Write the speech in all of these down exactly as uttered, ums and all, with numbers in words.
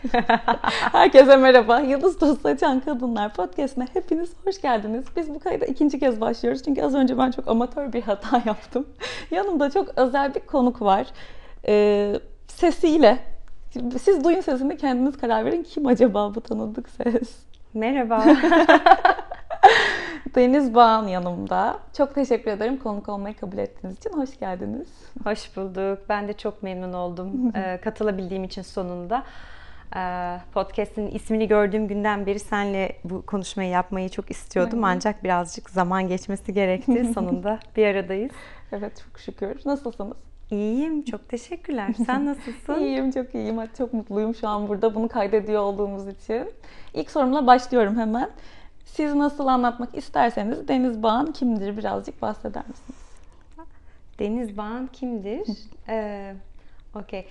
Herkese merhaba. Yıldız Dostu Açan Kadınlar Podcast'ine hepiniz hoş geldiniz. Biz bu kayda ikinci kez başlıyoruz. Çünkü az önce ben çok amatör bir hata yaptım. Yanımda çok özel bir konuk var. Ee, sesiyle. Siz duyun sesini, kendiniz karar verin. Kim acaba bu tanıdık ses? Merhaba. Deniz Bağan yanımda. Çok teşekkür ederim konuk olmayı kabul ettiğiniz için. Hoş geldiniz. Hoş bulduk. Ben de çok memnun oldum ee, katılabildiğim için sonunda. Ee, podcast'in ismini gördüğüm günden beri seninle bu konuşmayı yapmayı çok istiyordum. Evet. Ancak birazcık zaman geçmesi gerekti. Sonunda bir aradayız. Evet, çok şükür. Nasılsınız? İyiyim. Çok teşekkürler. Sen nasılsın? İyiyim, çok iyiyim. Çok mutluyum şu an burada bunu kaydediyor olduğumuz için. İlk sorumla başlıyorum hemen. Siz nasıl anlatmak isterseniz Deniz Bağan kimdir birazcık bahseder misiniz? Deniz Bağan kimdir? ee, Okey.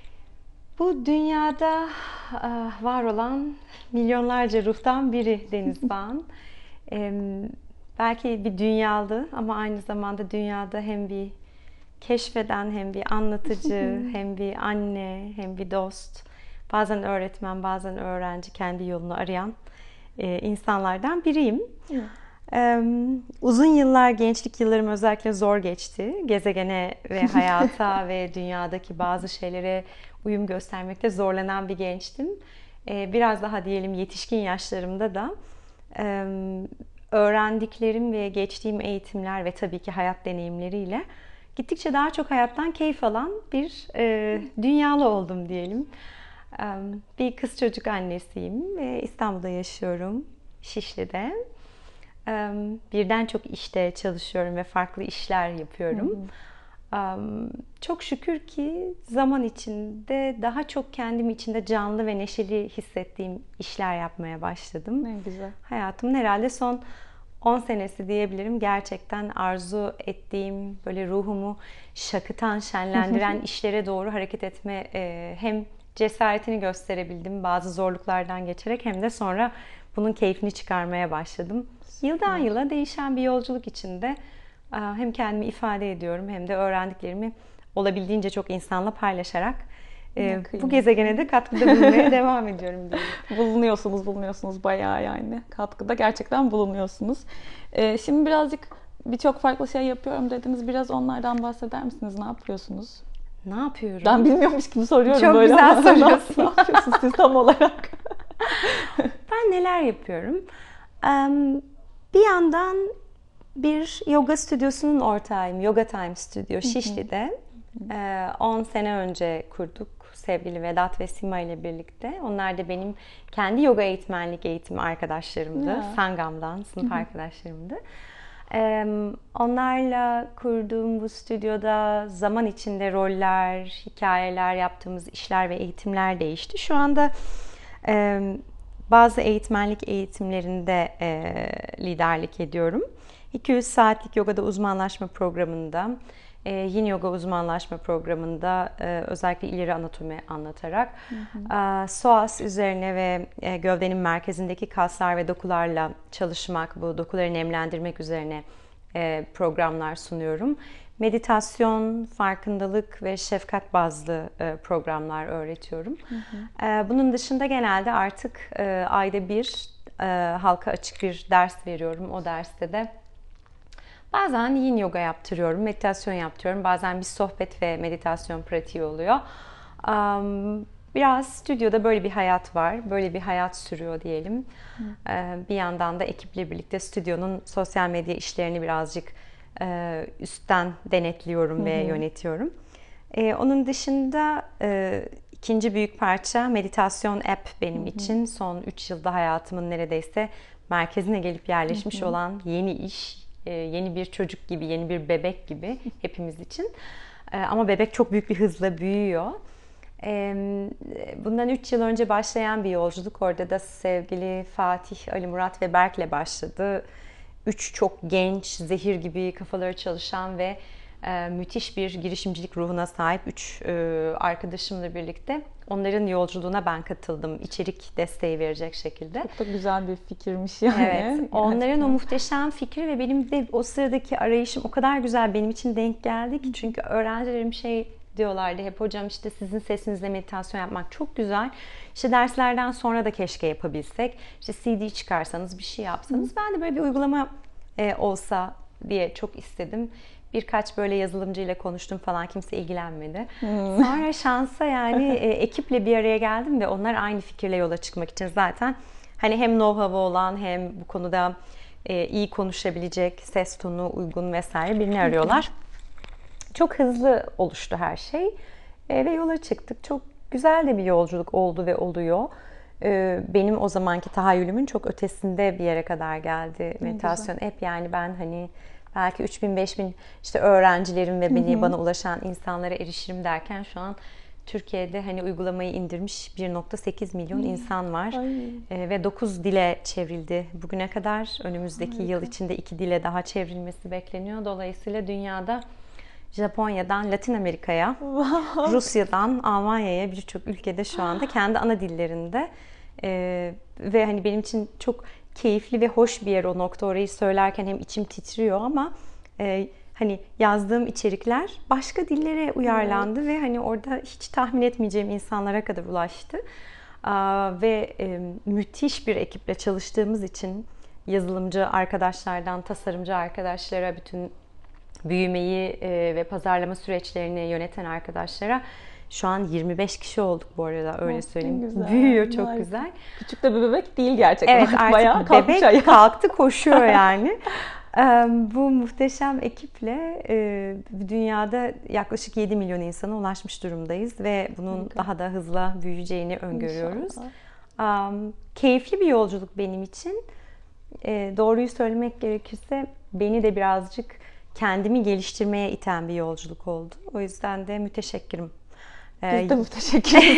Bu dünyada uh, var olan milyonlarca ruhtan biri Deniz Bağan. ee, belki bir dünyalı ama aynı zamanda dünyada hem bir keşfeden, hem bir anlatıcı, hem bir anne, hem bir dost. Bazen öğretmen, bazen öğrenci, kendi yolunu arayan e, insanlardan biriyim. Ee, uzun yıllar, gençlik yıllarım özellikle zor geçti. Gezegene ve hayata ve dünyadaki bazı şeylere uyum göstermekte zorlanan bir gençtim. Ee, biraz daha diyelim yetişkin yaşlarımda da e, öğrendiklerim ve geçtiğim eğitimler ve tabii ki hayat deneyimleriyle gittikçe daha çok hayattan keyif alan bir e, dünyalı oldum diyelim. E, bir kız çocuk annesiyim ve İstanbul'da yaşıyorum, Şişli'de. E, birden çok işte çalışıyorum ve farklı işler yapıyorum. Hı hı. E, çok şükür ki zaman içinde daha çok kendimi içinde canlı ve neşeli hissettiğim işler yapmaya başladım. Ne güzel. Hayatımın herhalde son on senesi diyebilirim. Gerçekten arzu ettiğim, böyle ruhumu şakıtan, şenlendiren işlere doğru hareket etme e, hem cesaretini gösterebildim bazı zorluklardan geçerek, hem de sonra bunun keyfini çıkarmaya başladım. Yıldan yıla değişen bir yolculuk içinde e, hem kendimi ifade ediyorum hem de öğrendiklerimi olabildiğince çok insanla paylaşarak Ee, bu gezegene de katkıda bulunmaya devam ediyorum diye. Bulunuyorsunuz, bulunuyorsunuz bayağı yani. Katkıda gerçekten bulunuyorsunuz. Ee, şimdi birazcık birçok farklı şey yapıyorum dediniz. Biraz onlardan bahseder misiniz? Ne yapıyorsunuz? Ne yapıyorum? Ben bilmiyormuş gibi soruyorum Çok böyle. Çok güzel soruyorsun. Ne yapıyorsunuz siz tam olarak? Ben neler yapıyorum? Bir yandan bir yoga stüdyosunun ortağıyım. Yoga Time Studio Şişli'de. on sene önce kurduk sevgili Vedat ve Sima ile birlikte. Onlar da benim kendi yoga eğitmenlik eğitimi arkadaşlarımdı. Ya. Sangam'dan sınıf arkadaşlarımdı. Onlarla kurduğum bu stüdyoda zaman içinde roller, hikayeler, yaptığımız işler ve eğitimler değişti. Şu anda bazı eğitmenlik eğitimlerinde liderlik ediyorum. iki yüz saatlik yogada uzmanlaşma programında, Ee, Yin Yoga uzmanlaşma programında e, özellikle ileri anatomi anlatarak hı hı. E, psoas üzerine ve e, gövdenin merkezindeki kaslar ve dokularla çalışmak, bu dokuları nemlendirmek üzerine e, programlar sunuyorum. Meditasyon, farkındalık ve şefkat bazlı e, programlar öğretiyorum. Hı hı. E, bunun dışında genelde artık e, ayda bir e, halka açık bir ders veriyorum. O derste de bazen yin yoga yaptırıyorum, meditasyon yaptırıyorum. Bazen bir sohbet ve meditasyon pratiği oluyor. Biraz stüdyoda böyle bir hayat var. Böyle bir hayat sürüyor diyelim. Hı. Bir yandan da ekiple birlikte stüdyonun sosyal medya işlerini birazcık üstten denetliyorum Hı-hı. ve yönetiyorum. Onun dışında ikinci büyük parça meditasyon app benim Hı-hı. için. Son üç yılda hayatımın neredeyse merkezine gelip yerleşmiş Hı-hı. olan yeni iş. Yeni bir çocuk gibi, yeni bir bebek gibi hepimiz için. Ama bebek çok büyük bir hızla büyüyor. Bundan üç yıl önce başlayan bir yolculuk. Orada da sevgili Fatih, Ali Murat ve Berk'le başladı. Üç çok genç, zehir gibi kafaları çalışan ve müthiş bir girişimcilik ruhuna sahip üç arkadaşımla birlikte onların yolculuğuna ben katıldım. İçerik desteği verecek şekilde. Çok da güzel bir fikirmiş yani. Evet. Onların o muhteşem fikri ve benim de o sıradaki arayışım o kadar güzel benim için denk geldi ki. Çünkü öğrencilerim şey diyorlardı hep, hocam işte sizin sesinizle meditasyon yapmak çok güzel. İşte derslerden sonra da keşke yapabilsek. İşte C D çıkarsanız, bir şey yapsanız. Ben de böyle bir uygulama e, olsa diye çok istedim. Birkaç böyle yazılımcıyla konuştum falan, kimse ilgilenmedi. Hmm. Sonra şansa yani e, ekiple bir araya geldim ve onlar aynı fikirle yola çıkmak için zaten hani hem know-how olan hem bu konuda e, iyi konuşabilecek, ses tonu uygun vesaire birini arıyorlar. Çok hızlı oluştu her şey e, ve yola çıktık. Çok güzel de bir yolculuk oldu ve oluyor. E, benim o zamanki tahayyülümün çok ötesinde bir yere kadar geldi meditasyon. Hep yani ben hani belki üç bin beş bin işte öğrencilerim ve beni, hı hı. bana ulaşan insanlara erişirim derken şu an Türkiye'de hani uygulamayı indirmiş bir nokta sekiz milyon insan var. E, ve dokuz dile çevrildi bugüne kadar. Önümüzdeki Harika. yıl içinde iki dile daha çevrilmesi bekleniyor. Dolayısıyla dünyada Japonya'dan Latin Amerika'ya, wow. Rusya'dan Almanya'ya birçok ülkede şu anda kendi ana dillerinde e, ve hani benim için çok keyifli ve hoş bir yer o nokta. Orayı söylerken hem içim titriyor ama e, hani yazdığım içerikler başka dillere uyarlandı, evet. ve hani orada hiç tahmin etmeyeceğim insanlara kadar ulaştı. Aa, ve e, müthiş bir ekiple çalıştığımız için yazılımcı arkadaşlardan tasarımcı arkadaşlara, bütün büyümeyi e, ve pazarlama süreçlerini yöneten arkadaşlara, şu an yirmi beş kişi olduk bu arada, öyle oh, söyleyeyim. Güzel. Büyüyor çok Harika. Güzel. Küçük de bir bebek değil gerçekten. Evet, artık bayağı bebek ayağa. Kalktı, koşuyor yani. Bu muhteşem ekiple dünyada yaklaşık yedi milyon insana ulaşmış durumdayız ve bunun Harika. Daha da hızla büyüyeceğini öngörüyoruz. İnşallah. Keyifli bir yolculuk benim için. Doğruyu söylemek gerekirse beni de birazcık kendimi geliştirmeye iten bir yolculuk oldu. O yüzden de müteşekkirim. Biz de müteşekkiriz.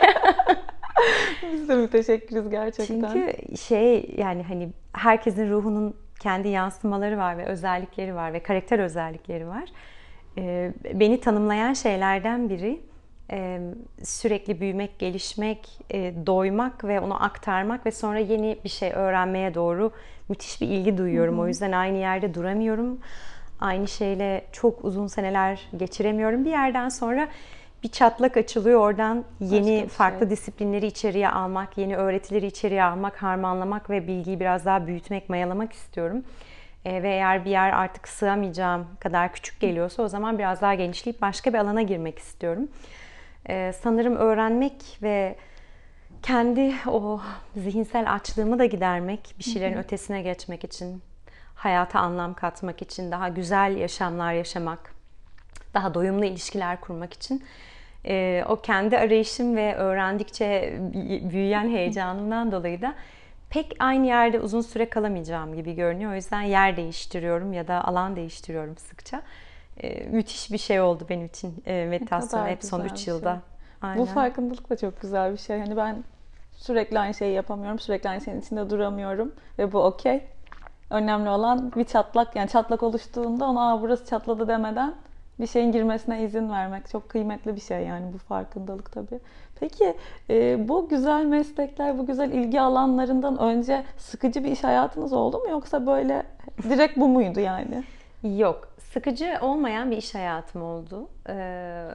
Biz de müteşekkiriz gerçekten. Çünkü şey yani hani herkesin ruhunun kendi yansımaları var ve özellikleri var ve karakter özellikleri var. Beni tanımlayan şeylerden biri sürekli büyümek, gelişmek, doymak ve onu aktarmak ve sonra yeni bir şey öğrenmeye doğru müthiş bir ilgi duyuyorum. Hı hı. O yüzden aynı yerde duramıyorum. Aynı şeyle çok uzun seneler geçiremiyorum. Bir yerden sonra bir çatlak açılıyor. Oradan yeni şey. farklı disiplinleri içeriye almak, yeni öğretileri içeriye almak, harmanlamak ve bilgiyi biraz daha büyütmek, mayalamak istiyorum. E, ve eğer bir yer artık sığamayacağım kadar küçük geliyorsa o zaman biraz daha genişleyip başka bir alana girmek istiyorum. E, sanırım öğrenmek ve kendi o zihinsel açlığımı da gidermek, bir şeylerin hı hı. ötesine geçmek için, hayata anlam katmak için, daha güzel yaşamlar yaşamak, daha doyumlu ilişkiler kurmak için e, o kendi arayışım ve öğrendikçe büyüyen heyecanımdan dolayı da pek aynı yerde uzun süre kalamayacağım gibi görünüyor. O yüzden yer değiştiriyorum ya da alan değiştiriyorum sıkça. E, müthiş bir şey oldu benim için e, meditasyon hep son üç yılda. Şey. Aynen. Bu farkındalık da çok güzel bir şey. Hani ben sürekli aynı şeyi yapamıyorum, sürekli aynı şeyin içinde duramıyorum ve bu okey. Önemli olan bir çatlak, yani çatlak oluştuğunda ona aa burası çatladı demeden bir şeyin girmesine izin vermek çok kıymetli bir şey yani bu farkındalık tabii. Peki e, bu güzel meslekler, bu güzel ilgi alanlarından önce sıkıcı bir iş hayatınız oldu mu yoksa böyle direkt bu muydu yani? Yok, sıkıcı olmayan bir iş hayatım oldu. Ee,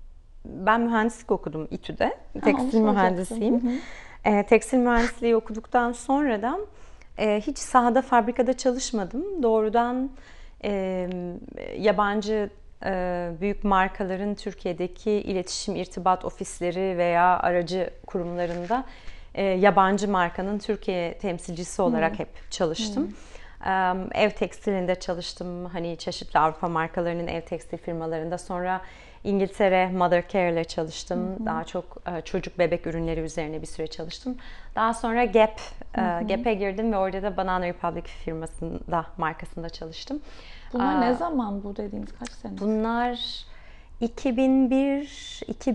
ben mühendislik okudum İTÜ'de, tekstil ha, mühendisiyim. Hı hı. Ee, tekstil mühendisliği okuduktan sonra da e, hiç sahada, fabrikada çalışmadım. Doğrudan e, yabancı e, büyük markaların Türkiye'deki iletişim, irtibat ofisleri veya aracı kurumlarında e, yabancı markanın Türkiye temsilcisi olarak hmm. hep çalıştım. Hmm. E, ev tekstilinde çalıştım. Hani çeşitli Avrupa markalarının ev tekstil firmalarında. Sonra İngiltere Mother Care ile çalıştım. Hı hı. Daha çok e, çocuk bebek ürünleri üzerine bir süre çalıştım. Daha sonra Gap, e, Gap'e girdim ve orada da Banana Republic firmasında, markasında çalıştım. Bunlar Aa, ne zaman bu dediğiniz kaç sene? Bunlar iki bin bir iki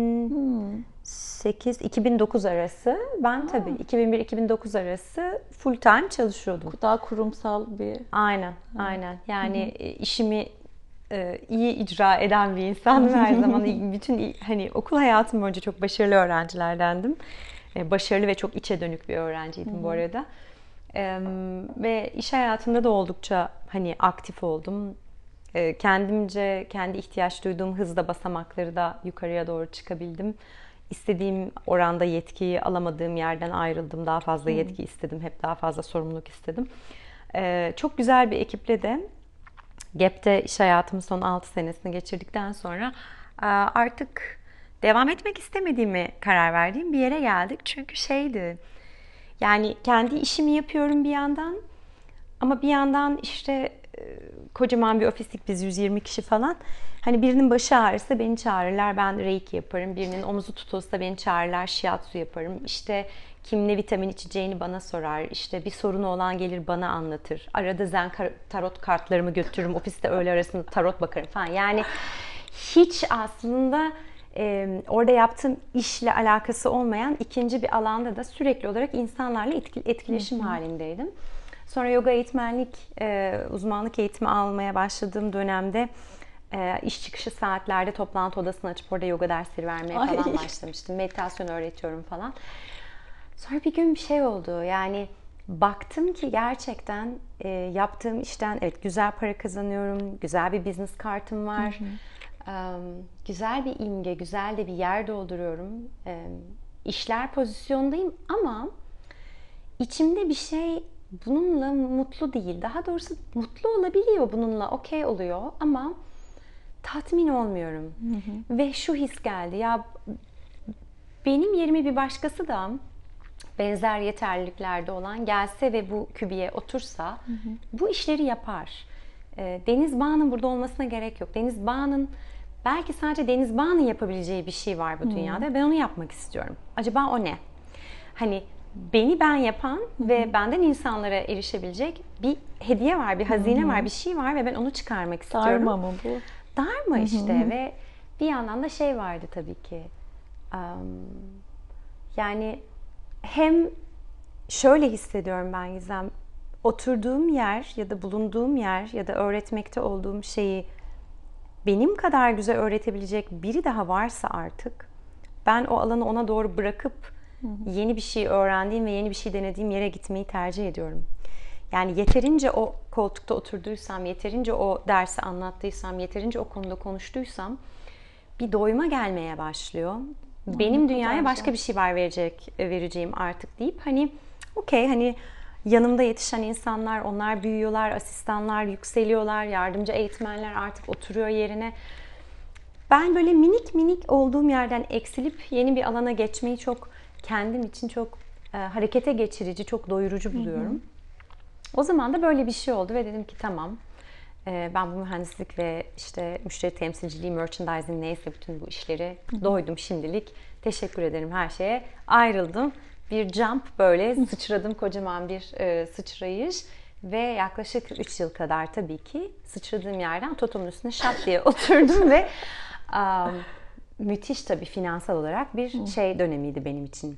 bin sekiz iki bin dokuz arası. Ben ha. tabii iki bin bir iki bin dokuz arası full time çalışıyordum. Daha kurumsal bir... Aynen, ha. aynen. Yani hı hı. işimi iyi icra eden bir insandım her zaman. Bütün hani okul hayatım boyunca çok başarılı öğrencilerdendim. Başarılı ve çok içe dönük bir öğrenciydim Hı-hı. bu arada. Ee, ve iş hayatında da oldukça hani aktif oldum. e, kendimce kendi ihtiyaç duyduğum hızda basamakları da yukarıya doğru çıkabildim. İstediğim oranda yetkiyi alamadığım yerden ayrıldım. Daha fazla yetki istedim. Hep daha fazla sorumluluk istedim. E, çok güzel bir ekiple de Gap'te iş hayatımın son altı senesini geçirdikten sonra e, artık devam etmek istemediğimi karar verdiğim bir yere geldik. Çünkü şeydi, yani kendi işimi yapıyorum bir yandan ama bir yandan işte e, kocaman bir ofislik biz yüz yirmi kişi falan. Hani birinin başı ağrısa beni çağırırlar, ben reiki yaparım. Birinin omuzu tutulsa beni çağırırlar, shiatsu yaparım. İşte kim ne vitamin içeceğini bana sorar. İşte bir sorunu olan gelir bana anlatır. Arada zen tarot kartlarımı götürürüm. Ofiste öğle arasında tarot bakarım falan. Yani hiç aslında e, orada yaptığım işle alakası olmayan ikinci bir alanda da sürekli olarak insanlarla etkileşim hı hı. halindeydim. Sonra yoga eğitmenlik, e, uzmanlık eğitimi almaya başladığım dönemde e, iş çıkışı saatlerde toplantı odasını açıp orada yoga dersleri vermeye Ay. falan başlamıştım. Meditasyon öğretiyorum falan. Sonra bir gün bir şey oldu. Yani baktım ki gerçekten e, yaptığım işten evet güzel para kazanıyorum, güzel bir business kartım var, hı hı. E, güzel bir imge, güzel de bir yer dolduruyorum. E, işler pozisyondayım ama içimde bir şey bununla mutlu değil. Daha doğrusu mutlu olabiliyor bununla, okey oluyor ama tatmin olmuyorum. Hı hı. Ve şu his geldi, ya benim yerime bir başkası da benzer yeterliliklerde olan gelse ve bu kübiye otursa hı hı. bu işleri yapar. Deniz Bağ'ın burada olmasına gerek yok. Deniz Bağ'ın belki sadece Deniz Bağ'ın yapabileceği bir şey var bu hı. dünyada. Ben onu yapmak istiyorum. Acaba o ne? Hani beni ben yapan hı hı. ve benden insanlara erişebilecek bir hediye var, bir hazine hı hı. var, bir şey var ve ben onu çıkarmak istiyorum. Dharma mı bu? Dharma işte hı hı. ve bir yandan da şey vardı tabii ki. Um, yani hem şöyle hissediyorum ben Gizem, oturduğum yer ya da bulunduğum yer ya da öğretmekte olduğum şeyi benim kadar güzel öğretebilecek biri daha varsa artık ben o alanı ona doğru bırakıp hı hı. yeni bir şey öğrendiğim ve yeni bir şey denediğim yere gitmeyi tercih ediyorum. Yani yeterince o koltukta oturduysam, yeterince o dersi anlattıysam, yeterince o konuda konuştuysam bir doyuma gelmeye başlıyor. Benim dünyaya başka bir şey var verecek, vereceğim artık deyip hani okey, hani yanımda yetişen insanlar, onlar büyüyorlar, asistanlar yükseliyorlar, yardımcı eğitmenler artık oturuyor yerine. Ben böyle minik minik olduğum yerden eksilip yeni bir alana geçmeyi çok kendim için çok e, harekete geçirici, çok doyurucu buluyorum. Hı hı. O zaman da böyle bir şey oldu ve dedim ki tamam, e, ben bu mühendislik ve işte müşteri temsilciliği, merchandising neyse bütün bu işleri hı hı. doydum şimdilik. Teşekkür ederim her şeye. Ayrıldım. Bir jump böyle sıçradım, kocaman bir e, sıçrayış ve yaklaşık üç yıl kadar tabii ki sıçradığım yerden totomun üstüne şap diye oturdum ve um, müthiş tabii finansal olarak bir şey dönemiydi benim için.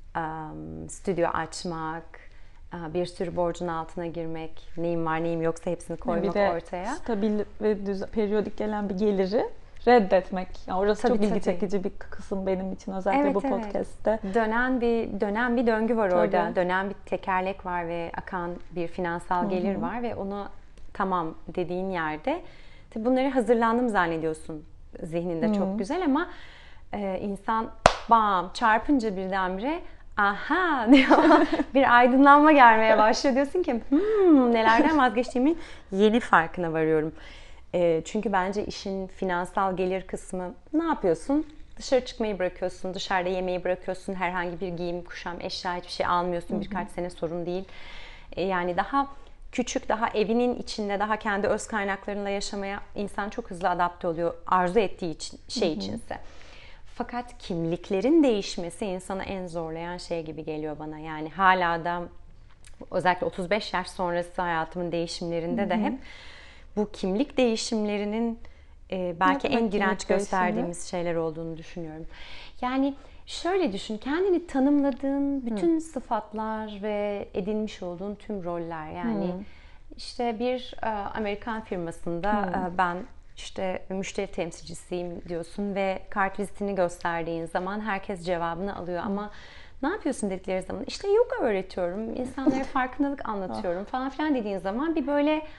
Um, stüdyo açmak, bir sürü borcun altına girmek, neyim var neyim yoksa hepsini koymak bir de ortaya. Stabil ve düz, periyodik gelen bir geliri reddetmek. Yani orası tabii, çok ilgi tabii. çekici bir kısım benim için özellikle evet, bu podcast'te. Evet. Dönen bir dönen bir döngü var tabii. orada. Dönen bir tekerlek var ve akan bir finansal Hı-hı. gelir var ve onu tamam dediğin yerde tabii bunları hazırlandım zannediyorsun zihninde Hı-hı. çok güzel ama e, insan bam çarpınca birdenbire aha diyor. Bir aydınlanma gelmeye başlıyor. Diyorsun ki hmm, nelerden vazgeçtiğimin yeni farkına varıyorum. E, çünkü bence işin finansal gelir kısmı ne yapıyorsun? Dışarı çıkmayı bırakıyorsun, dışarıda yemeği bırakıyorsun, herhangi bir giyim, kuşam, eşya hiçbir şey almıyorsun. Hı hı. Birkaç sene sorun değil. E, yani daha küçük, daha evinin içinde, daha kendi öz kaynaklarıyla yaşamaya insan çok hızlı adapte oluyor. Arzu ettiği için, şey hı hı. içinse. Fakat kimliklerin değişmesi insana en zorlayan şey gibi geliyor bana. Yani hala da özellikle otuz beş yaş sonrası hayatımın değişimlerinde Hı-hı. de hep bu kimlik değişimlerinin e, belki en direnç gösterdiğimiz değişimi? şeyler olduğunu düşünüyorum. Yani şöyle düşün, kendini tanımladığın bütün Hı. sıfatlar ve edinmiş olduğun tüm roller. Yani Hı. işte bir e, Amerikan firmasında e, ben İşte müşteri temsilcisiyim diyorsun ve kart vizitini gösterdiğin zaman herkes cevabını alıyor ama ne yapıyorsun dedikleri zaman işte yoga öğretiyorum, insanlara farkındalık anlatıyorum falan filan dediğin zaman bir böyle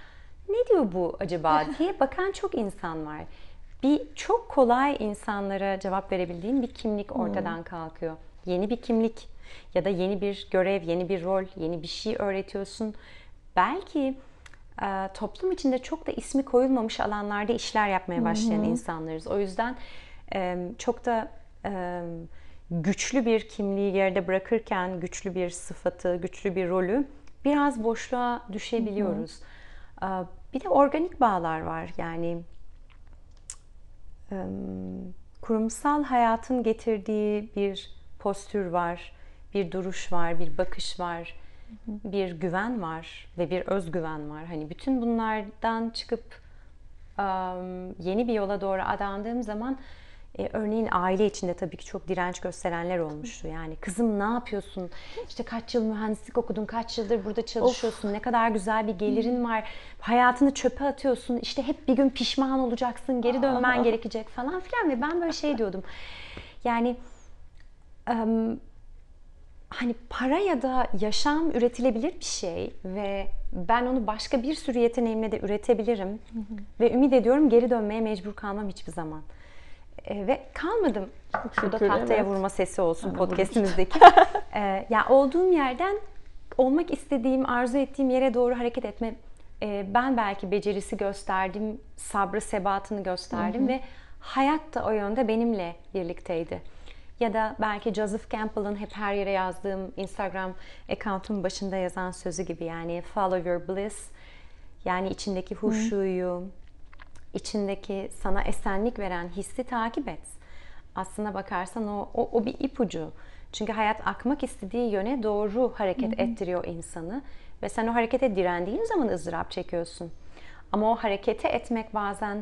ne diyor bu acaba diye bakan çok insan var. Bir çok kolay insanlara cevap verebildiğin bir kimlik ortadan kalkıyor. Yeni bir kimlik ya da yeni bir görev, yeni bir rol, yeni bir şey öğretiyorsun. Belki e, toplum içinde çok da ismi koyulmamış alanlarda işler yapmaya başlayan Hı-hı. insanlarız. O yüzden e, çok da e, güçlü bir kimliği geride bırakırken güçlü bir sıfatı, güçlü bir rolü biraz boşluğa düşebiliyoruz. Hı-hı. E, bir de organik bağlar var. Yani e, kurumsal hayatın getirdiği bir postür var, bir duruş var, bir bakış var, bir güven var ve bir özgüven var. Hani bütün bunlardan çıkıp um, yeni bir yola doğru adandığım zaman e, örneğin aile içinde tabii ki çok direnç gösterenler olmuştu. Yani kızım ne yapıyorsun? İşte kaç yıl mühendislik okudun, kaç yıldır burada çalışıyorsun, of. Ne kadar güzel bir gelirin var. Hayatını çöpe atıyorsun. İşte hep bir gün pişman olacaksın, geri dönmen gerekecek falan filan ve ben böyle şey diyordum. Yani um, hani para ya da yaşam üretilebilir bir şey ve ben onu başka bir sürü yeteneğimle de üretebilirim. Hı hı. Ve ümit ediyorum geri dönmeye mecbur kalmam hiçbir zaman. E, ve kalmadım. Şu da tahtaya evet. vurma sesi olsun ha, podcast'imizdeki. e, ya yani olduğum yerden olmak istediğim, arzu ettiğim yere doğru hareket etme. E, ben belki becerisi gösterdim, sabrı, sebatını gösterdim hı hı. ve hayat da o yönde benimle birlikteydi. Ya da belki Joseph Campbell'ın hep her yere yazdığım Instagram account'un başında yazan sözü gibi, yani follow your bliss, yani içindeki huşuyu, hmm. içindeki sana esenlik veren hissi takip et. Aslına bakarsan o, o, o bir ipucu. Çünkü hayat akmak istediği yöne doğru hareket hmm. ettiriyor insanı ve sen o harekete direndiğin zaman ızdırap çekiyorsun. Ama o harekete etmek bazen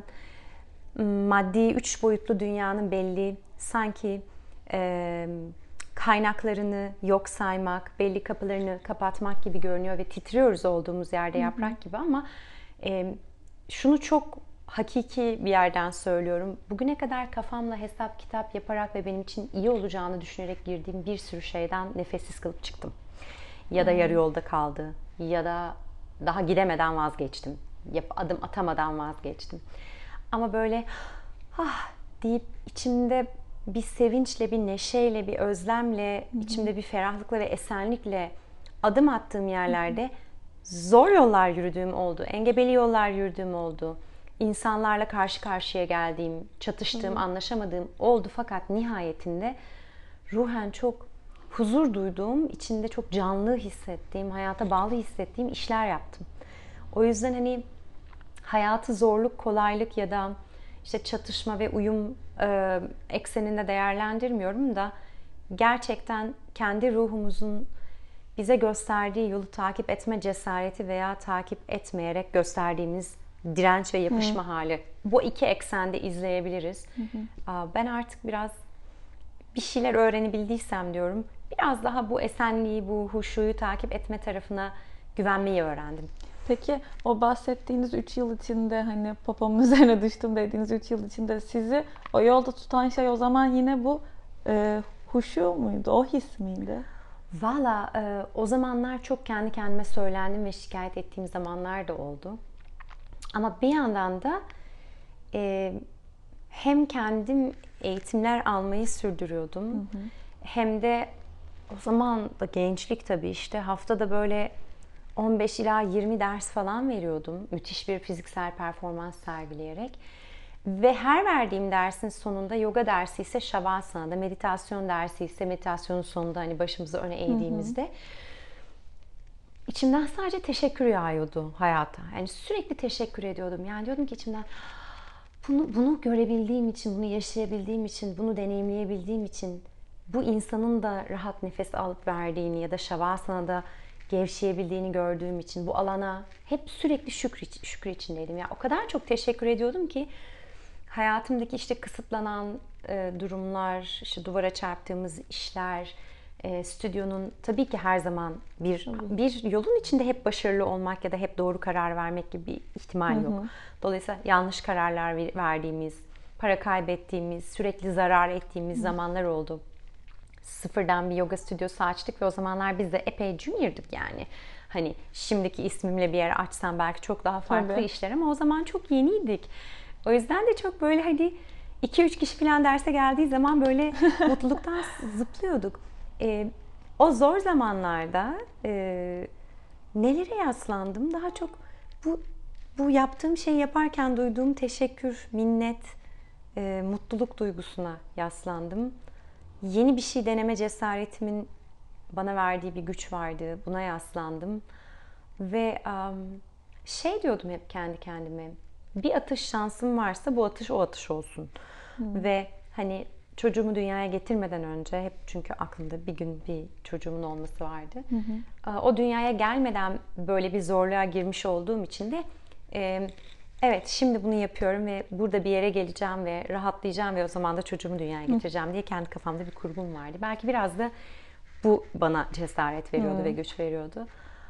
maddi, üç boyutlu dünyanın belli, sanki E, kaynaklarını yok saymak, belli kapılarını kapatmak gibi görünüyor ve titriyoruz olduğumuz yerde yaprak hı hı. gibi ama e, şunu çok hakiki bir yerden söylüyorum. Bugüne kadar kafamla hesap kitap yaparak ve benim için iyi olacağını düşünerek girdiğim bir sürü şeyden nefessiz kalıp çıktım. Ya da yarı yolda kaldı ya da daha gidemeden vazgeçtim. Yap, adım atamadan vazgeçtim. Ama böyle ah deyip içimde bir sevinçle, bir neşeyle, bir özlemle, hı hı. içimde bir ferahlıkla ve esenlikle adım attığım yerlerde hı hı. zor yollar yürüdüğüm oldu. Engebeli yollar yürüdüğüm oldu. İnsanlarla karşı karşıya geldiğim, çatıştığım, hı hı. anlaşamadığım oldu. Fakat nihayetinde ruhen çok huzur duyduğum, içinde çok canlı hissettiğim, hayata bağlı hissettiğim işler yaptım. O yüzden hani hayatı zorluk, kolaylık ya da işte çatışma ve uyum e, ekseninde değerlendirmiyorum da gerçekten kendi ruhumuzun bize gösterdiği yolu takip etme cesareti veya takip etmeyerek gösterdiğimiz direnç ve yapışma hı. hali. Bu iki eksende izleyebiliriz. Hı hı. Ben artık biraz bir şeyler öğrenebildiysem diyorum, biraz daha bu esenliği, bu huşuyu takip etme tarafına güvenmeyi öğrendim. Peki o bahsettiğiniz üç yıl içinde, hani papamın üzerine düştüm dediğiniz üç yıl içinde sizi o yolda tutan şey o zaman yine bu e, huşu muydu? O his miydi? Valla e, o zamanlar çok kendi kendime söylendim ve şikayet ettiğim zamanlar da oldu. Ama bir yandan da e, hem kendim eğitimler almayı sürdürüyordum. Hı hı. Hem de o zaman da gençlik tabii, işte haftada böyle on beş ila yirmi ders falan veriyordum. Müthiş bir fiziksel performans sergileyerek. Ve her verdiğim dersin sonunda, yoga dersi ise Şavasana'da, meditasyon dersi ise meditasyonun sonunda hani başımızı öne eğdiğimizde hı hı. içimden sadece teşekkür yağıyordu hayata. Yani sürekli teşekkür ediyordum. Yani diyordum ki içimden, bunu, bunu görebildiğim için, bunu yaşayabildiğim için, bunu deneyimleyebildiğim için, bu insanın da rahat nefes alıp verdiğini ya da Şavasana'da gevşeyebildiğini gördüğüm için bu alana hep sürekli şükür, şükür içindeydim. Yani o kadar çok teşekkür ediyordum ki hayatımdaki işte kısıtlanan e, durumlar, işte duvara çarptığımız işler, e, stüdyonun tabii ki her zaman bir bir yolun içinde hep başarılı olmak ya da hep doğru karar vermek gibi bir ihtimal yok. Hı hı. Dolayısıyla yanlış kararlar verdiğimiz, para kaybettiğimiz, sürekli zarar ettiğimiz hı. zamanlar oldu. Sıfırdan bir yoga stüdyosu açtık ve o zamanlar biz de epey junior'dık yani. Hani şimdiki ismimle bir yer açsam belki çok daha farklı Tabii. işler ama o zaman çok yeniydik. O yüzden de çok böyle hani iki üç kişi falan derse geldiği zaman böyle mutluluktan zıplıyorduk. Ee, o zor zamanlarda e, nelere yaslandım? Daha çok bu bu yaptığım şeyi yaparken duyduğum teşekkür, minnet, e, mutluluk duygusuna yaslandım. Yeni bir şey deneme cesaretimin bana verdiği bir güç vardı. Buna yaslandım. Ve um, şey diyordum hep kendi kendime. Bir atış şansım varsa bu atış o atış olsun. Hmm. Ve hani çocuğumu dünyaya getirmeden önce hep çünkü aklımda bir gün bir çocuğumun olması vardı. Hı hı. O dünyaya gelmeden böyle bir zorluğa girmiş olduğum için de e, evet şimdi bunu yapıyorum ve burada bir yere geleceğim ve rahatlayacağım ve o zaman da çocuğumu dünyaya getireceğim diye kendi kafamda bir kurgum vardı. Belki biraz da bu bana cesaret veriyordu hmm. ve güç veriyordu.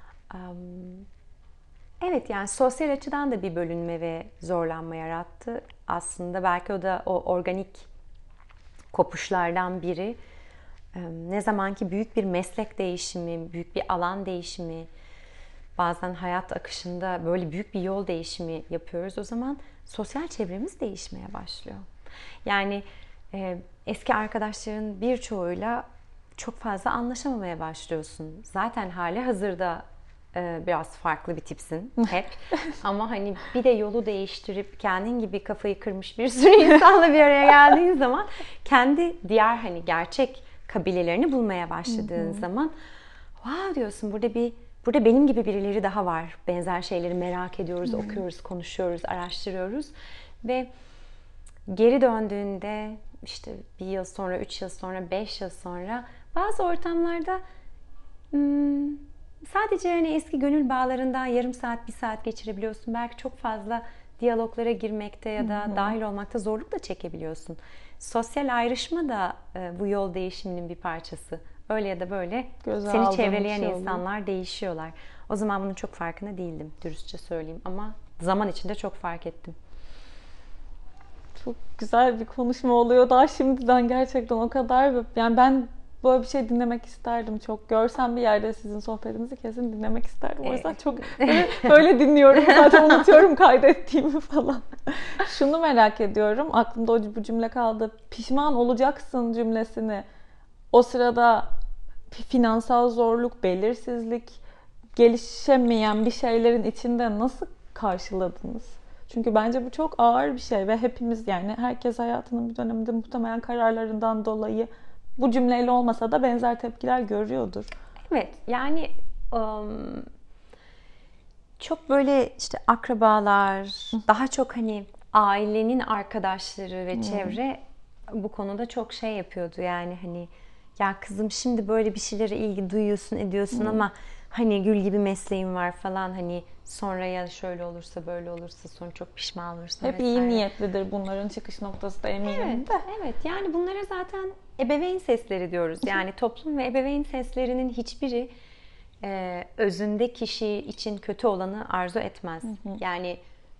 Um, evet yani sosyal açıdan da bir bölünme ve zorlanma yarattı. Aslında belki o da o organik kopuşlardan biri. Um, ne zaman ki büyük bir meslek değişimi, büyük bir alan değişimi, bazen hayat akışında böyle büyük bir yol değişimi yapıyoruz. O zaman sosyal çevremiz değişmeye başlıyor. Yani e, eski arkadaşların birçoğuyla çok fazla anlaşamamaya başlıyorsun. Zaten hali hazırda e, biraz farklı bir tipsin hep. Ama hani bir de yolu değiştirip kendin gibi kafayı kırmış bir sürü insanla bir araya geldiğin zaman kendi diğer hani gerçek kabilelerini bulmaya başladığın zaman wow diyorsun burada bir burada benim gibi birileri daha var. Benzer şeyleri merak ediyoruz, hmm. okuyoruz, konuşuyoruz, araştırıyoruz ve geri döndüğünde işte bir yıl sonra, üç yıl sonra, beş yıl sonra bazı ortamlarda hmm, sadece hani eski gönül bağlarından yarım saat, bir saat geçirebiliyorsun. Belki çok fazla diyaloglara girmekte ya da hmm. dahil olmakta zorluk da çekebiliyorsun. Sosyal ayrışma da e, bu yol değişiminin bir parçası. Öyle ya da böyle Göze seni çevreleyen şey insanlar oldu. Değişiyorlar. O zaman bunun çok farkında değildim, dürüstçe söyleyeyim. Ama zaman içinde çok fark ettim. Çok güzel bir konuşma oluyor. Daha şimdiden gerçekten o kadar... Yani ben böyle bir şey dinlemek isterdim çok. Görsem bir yerde sizin sohbetinizi kesin dinlemek isterdim. O yüzden çok böyle, böyle dinliyorum. Zaten unutuyorum kaydettiğimi falan. Şunu merak ediyorum. Aklımda o bu cümle kaldı. Pişman olacaksın cümlesini. O sırada finansal zorluk, belirsizlik, gelişemeyen bir şeylerin içinde nasıl karşıladınız? Çünkü bence bu çok ağır bir şey ve hepimiz yani herkes hayatının bir döneminde muhtemelen kararlarından dolayı bu cümleyle olmasa da benzer tepkiler görüyordur. Evet yani um, çok böyle işte akrabalar, daha çok hani ailenin arkadaşları ve hmm. çevre bu konuda çok şey yapıyordu yani hani ya kızım şimdi böyle bir şeylere ilgi duyuyorsun ediyorsun hmm. ama hani gül gibi mesleğim var falan hani sonra ya şöyle olursa böyle olursa sonra çok pişman olursun. Hep vesaire. İyi niyetlidir bunların çıkış noktası da eminim evet, de. Evet yani bunlara zaten ebeveyn sesleri diyoruz. Yani toplum ve ebeveyn seslerinin hiçbiri e, özünde kişi için kötü olanı arzu etmez. Hı hı. Yani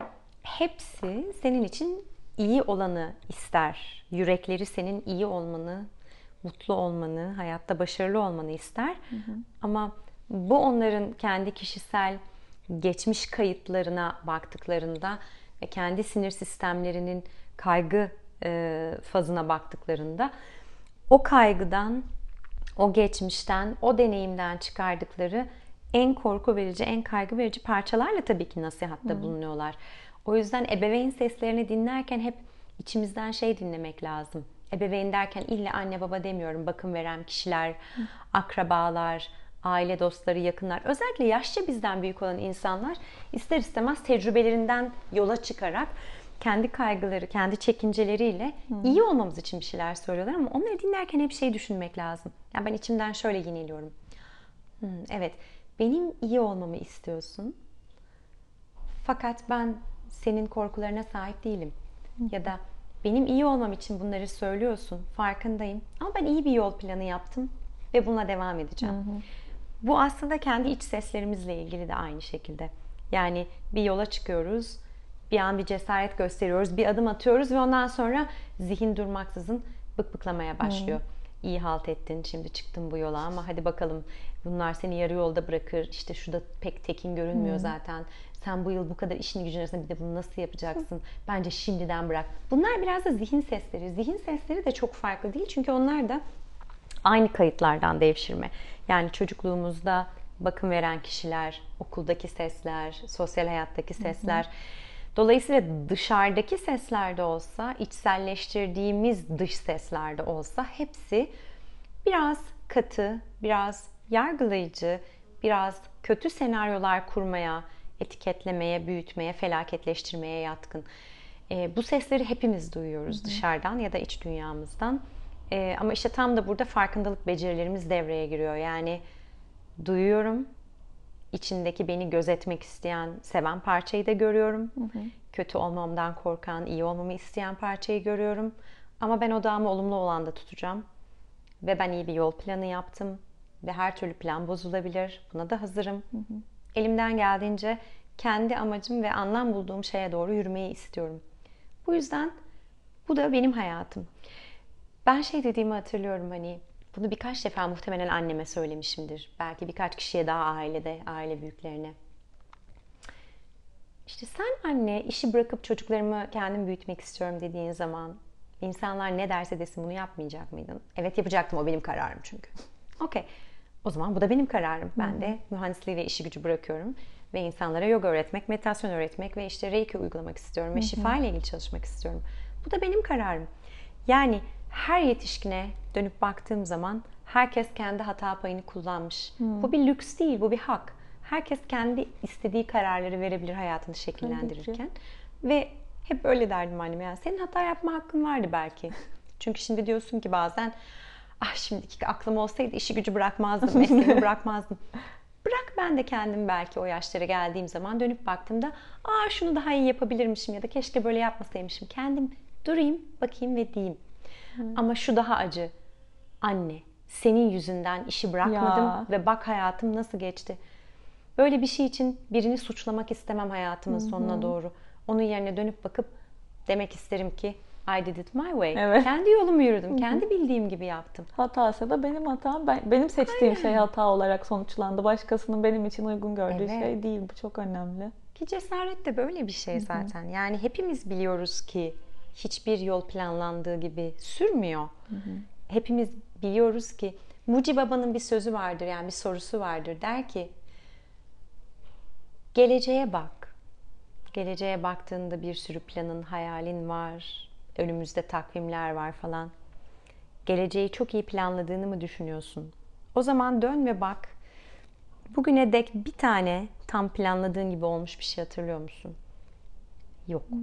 hepsi senin için iyi olanı ister. Yürekleri senin iyi olmanı, mutlu olmanı, hayatta başarılı olmanı ister. Hı hı. Ama bu onların kendi kişisel geçmiş kayıtlarına baktıklarında ve kendi sinir sistemlerinin kaygı e, fazına baktıklarında o kaygıdan, o geçmişten, o deneyimden çıkardıkları en korku verici, en kaygı verici parçalarla tabii ki nasihatta hmm. bulunuyorlar. O yüzden ebeveyn seslerini dinlerken hep içimizden şey dinlemek lazım. Ebeveyn derken illa anne baba demiyorum. Bakım veren kişiler, hmm. akrabalar, aile dostları, yakınlar. Özellikle yaşça bizden büyük olan insanlar ister istemez tecrübelerinden yola çıkarak kendi kaygıları, kendi çekinceleriyle hmm. iyi olmamız için bir şeyler söylüyorlar ama onları dinlerken hep şey düşünmek lazım. Yani ben içimden şöyle yeniliyorum. Hmm, evet, benim iyi olmamı istiyorsun. Fakat ben senin korkularına sahip değilim. Hmm. Ya da benim iyi olmam için bunları söylüyorsun, farkındayım. Ama ben iyi bir yol planı yaptım ve buna devam edeceğim. Hmm. Bu aslında kendi iç seslerimizle ilgili de aynı şekilde. Yani bir yola çıkıyoruz, bir an bir cesaret gösteriyoruz, bir adım atıyoruz ve ondan sonra zihin durmaksızın bık bıklamaya başlıyor. Hmm. iyi halt ettin, şimdi çıktın bu yola ama hadi bakalım bunlar seni yarı yolda bırakır. İşte şurada pek tekin görünmüyor hmm. zaten. Sen bu yıl bu kadar işini gücün arasında bir de bunu nasıl yapacaksın? Bence şimdiden bırak. Bunlar biraz da zihin sesleri. Zihin sesleri de çok farklı değil. Çünkü onlar da aynı kayıtlardan devşirme. Yani çocukluğumuzda bakım veren kişiler, okuldaki sesler, sosyal hayattaki sesler. Hı hı. Dolayısıyla dışarıdaki seslerde olsa, içselleştirdiğimiz dış seslerde olsa hepsi biraz katı, biraz yargılayıcı, biraz kötü senaryolar kurmaya, etiketlemeye, büyütmeye, felaketleştirmeye yatkın. E, bu sesleri hepimiz duyuyoruz, hı hı, dışarıdan ya da iç dünyamızdan. E, ama işte tam da burada farkındalık becerilerimiz devreye giriyor. Yani duyuyorum, içindeki beni gözetmek isteyen, seven parçayı da görüyorum. Hı hı. Kötü olmamdan korkan, iyi olmamı isteyen parçayı görüyorum. Ama ben odağımı olumlu olanda tutacağım. Ve ben iyi bir yol planı yaptım. Ve her türlü plan bozulabilir. Buna da hazırım. Hı hı. Elimden geldiğince kendi amacım ve anlam bulduğum şeye doğru yürümeyi istiyorum. Bu yüzden bu da benim hayatım. Ben şey dediğimi hatırlıyorum, hani bunu birkaç defa muhtemelen anneme söylemişimdir. Belki birkaç kişiye daha ailede, aile büyüklerine. İşte sen anne işi bırakıp çocuklarımı kendim büyütmek istiyorum dediğin zaman insanlar ne derse desin bunu yapmayacak mıydın? Evet, yapacaktım, o benim kararım çünkü. Okey. O zaman bu da benim kararım. Ben hmm. de mühendisliği ve işi gücü bırakıyorum. Ve insanlara yoga öğretmek, meditasyon öğretmek ve işte reiki uygulamak istiyorum. Ve hmm. şifa ile ilgili çalışmak istiyorum. Bu da benim kararım. Yani her yetişkine dönüp baktığım zaman herkes kendi hata payını kullanmış. Hmm. Bu bir lüks değil, bu bir hak. Herkes kendi istediği kararları verebilir hayatını şekillendirirken. Ve hep öyle derdim anneme, yani senin hata yapma hakkın vardı belki. Çünkü şimdi diyorsun ki bazen, ah şimdiki aklım olsaydı işi gücü bırakmazdım, mesleğimi bırakmazdım. Bırak, ben de kendim belki o yaşlara geldiğim zaman dönüp baktığımda, aa şunu daha iyi yapabilirmişim ya da keşke böyle yapmasaymışım. Kendim durayım, bakayım ve diyeyim. Hmm. Ama şu daha acı. Anne, senin yüzünden işi bırakmadım ya. Ve bak hayatım nasıl geçti. Böyle bir şey için birini suçlamak istemem hayatımın Hı-hı. sonuna doğru. Onun yerine dönüp bakıp demek isterim ki I did it my way. Evet. Kendi yolumu yürüdüm. Hı-hı. Kendi bildiğim gibi yaptım. Hatası da benim hatam. Ben, benim seçtiğim Aynen. şey hata olarak sonuçlandı. Başkasının benim için uygun gördüğü evet. şey değil. Bu çok önemli. Ki cesaret de böyle bir şey Hı-hı. zaten. Yani hepimiz biliyoruz ki hiçbir yol planlandığı gibi sürmüyor. Hı-hı. Hepimiz biliyoruz ki Muci Baba'nın bir sözü vardır, yani bir sorusu vardır. Der ki geleceğe bak. Geleceğe baktığında bir sürü planın, hayalin var. Önümüzde takvimler var falan. Geleceği çok iyi planladığını mı düşünüyorsun? O zaman dön ve bak. Bugüne dek bir tane tam planladığın gibi olmuş bir şey hatırlıyor musun? Yok. Hmm.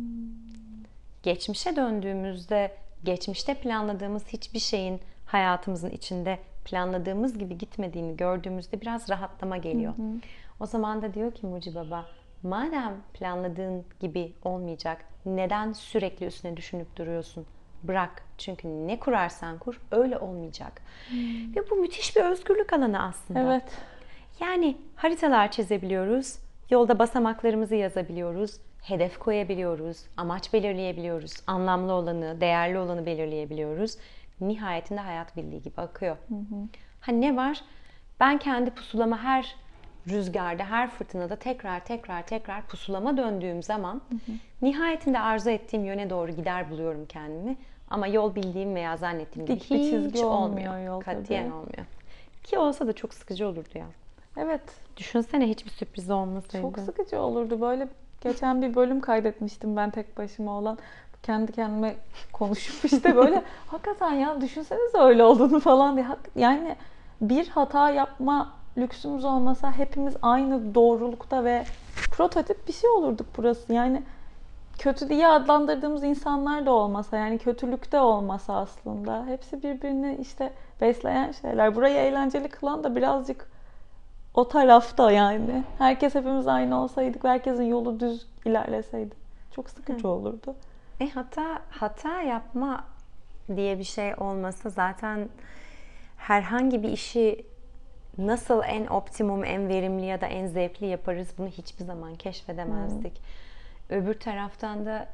Geçmişe döndüğümüzde geçmişte planladığımız hiçbir şeyin hayatımızın içinde planladığımız gibi gitmediğini gördüğümüzde biraz rahatlama geliyor. Hı hı. O zaman da diyor ki Muci Baba, madem planladığın gibi olmayacak, neden sürekli üstüne düşünüp duruyorsun? Bırak. Çünkü ne kurarsan kur öyle olmayacak. Hmm. Ve bu müthiş bir özgürlük alanı aslında. Evet. Yani haritalar çizebiliyoruz, yolda basamaklarımızı yazabiliyoruz, hedef koyabiliyoruz, amaç belirleyebiliyoruz, anlamlı olanı, değerli olanı belirleyebiliyoruz. Nihayetinde hayat bildiği gibi akıyor. Hı hı. Ha ne var? Ben kendi pusulama her rüzgarda, her fırtınada tekrar tekrar tekrar pusulama döndüğüm zaman hı hı. nihayetinde arzu ettiğim yöne doğru gider buluyorum kendimi. Ama yol bildiğim veya zannettiğim gibi Dik bir çizgi hiç olmuyor. olmuyor. Katiyen tabii. olmuyor. Ki olsa da çok sıkıcı olurdu ya. Evet. Düşünsene hiçbir sürpriz olmasaydı. Çok sıkıcı olurdu. Böyle geçen bir bölüm kaydetmiştim ben tek başıma olan. Kendi kendime konuşup işte böyle hakikaten ya düşünsenize öyle olduğunu falan diye. Yani bir hata yapma lüksümüz olmasa hepimiz aynı doğrulukta ve prototip bir şey olurduk burası. Yani kötü diye adlandırdığımız insanlar da olmasa, yani kötülükte olmasa aslında. Hepsi birbirini işte besleyen şeyler. Burayı eğlenceli kılan da birazcık o tarafta yani. Herkes hepimiz aynı olsaydık ve herkesin yolu düz ilerleseydi. Çok sıkıcı Hı. olurdu. E hata, hata yapma diye bir şey olmasa zaten herhangi bir işi nasıl en optimum, en verimli ya da en zevkli yaparız bunu hiçbir zaman keşfedemezdik. Hmm. Öbür taraftan da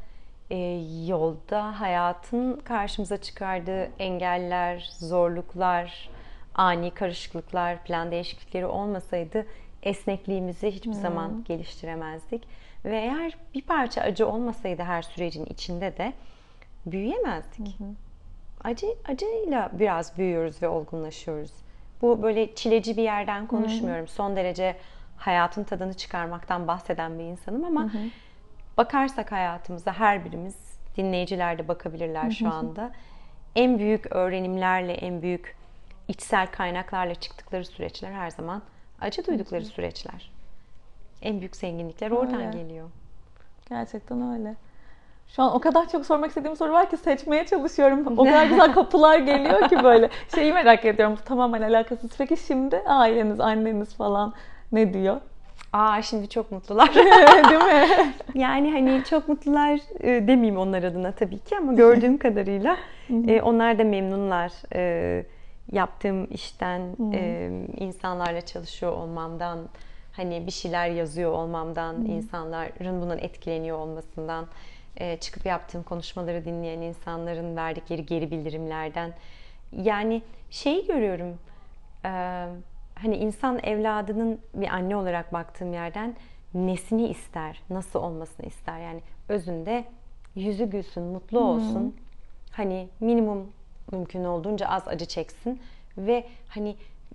e, yolda hayatın karşımıza çıkardığı engeller, zorluklar, ani karışıklıklar, plan değişiklikleri olmasaydı esnekliğimizi hiçbir hmm. zaman geliştiremezdik. Ve eğer bir parça acı olmasaydı her sürecin içinde de büyüyemezdik. Hı hı. Acı, acıyla biraz büyüyoruz ve olgunlaşıyoruz. Bu böyle çileci bir yerden konuşmuyorum. Hı hı. Son derece hayatın tadını çıkarmaktan bahseden bir insanım ama hı hı. bakarsak hayatımıza her birimiz, dinleyiciler de bakabilirler hı hı. şu anda. En büyük öğrenimlerle, en büyük içsel kaynaklarla çıktıkları süreçler her zaman acı duydukları hı hı. süreçler. En büyük zenginlikler oradan öyle. Geliyor. Gerçekten öyle. Şu an o kadar çok sormak istediğim soru var ki seçmeye çalışıyorum. O kadar güzel kapılar geliyor ki böyle. Şeyi merak ediyorum. Bu tamamen alakasız. Peki şimdi aileniz, anneniz falan ne diyor? Aa şimdi çok mutlular. Değil mi? Yani hani çok mutlular e, demeyeyim onlar adına tabii ki ama gördüğüm kadarıyla e, onlar da memnunlar. E, yaptığım işten, e, insanlarla çalışıyor olmamdan, hani bir şeyler yazıyor olmamdan, hmm. insanların bundan etkileniyor olmasından, e, çıkıp yaptığım konuşmaları dinleyen insanların verdikleri geri bildirimlerden. Yani şeyi görüyorum, e, hani insan evladının bir anne olarak baktığım yerden nesini ister, nasıl olmasını ister. Yani özünde yüzü gülsün, mutlu olsun. Hmm. Hani minimum mümkün olduğunca az acı çeksin ve hani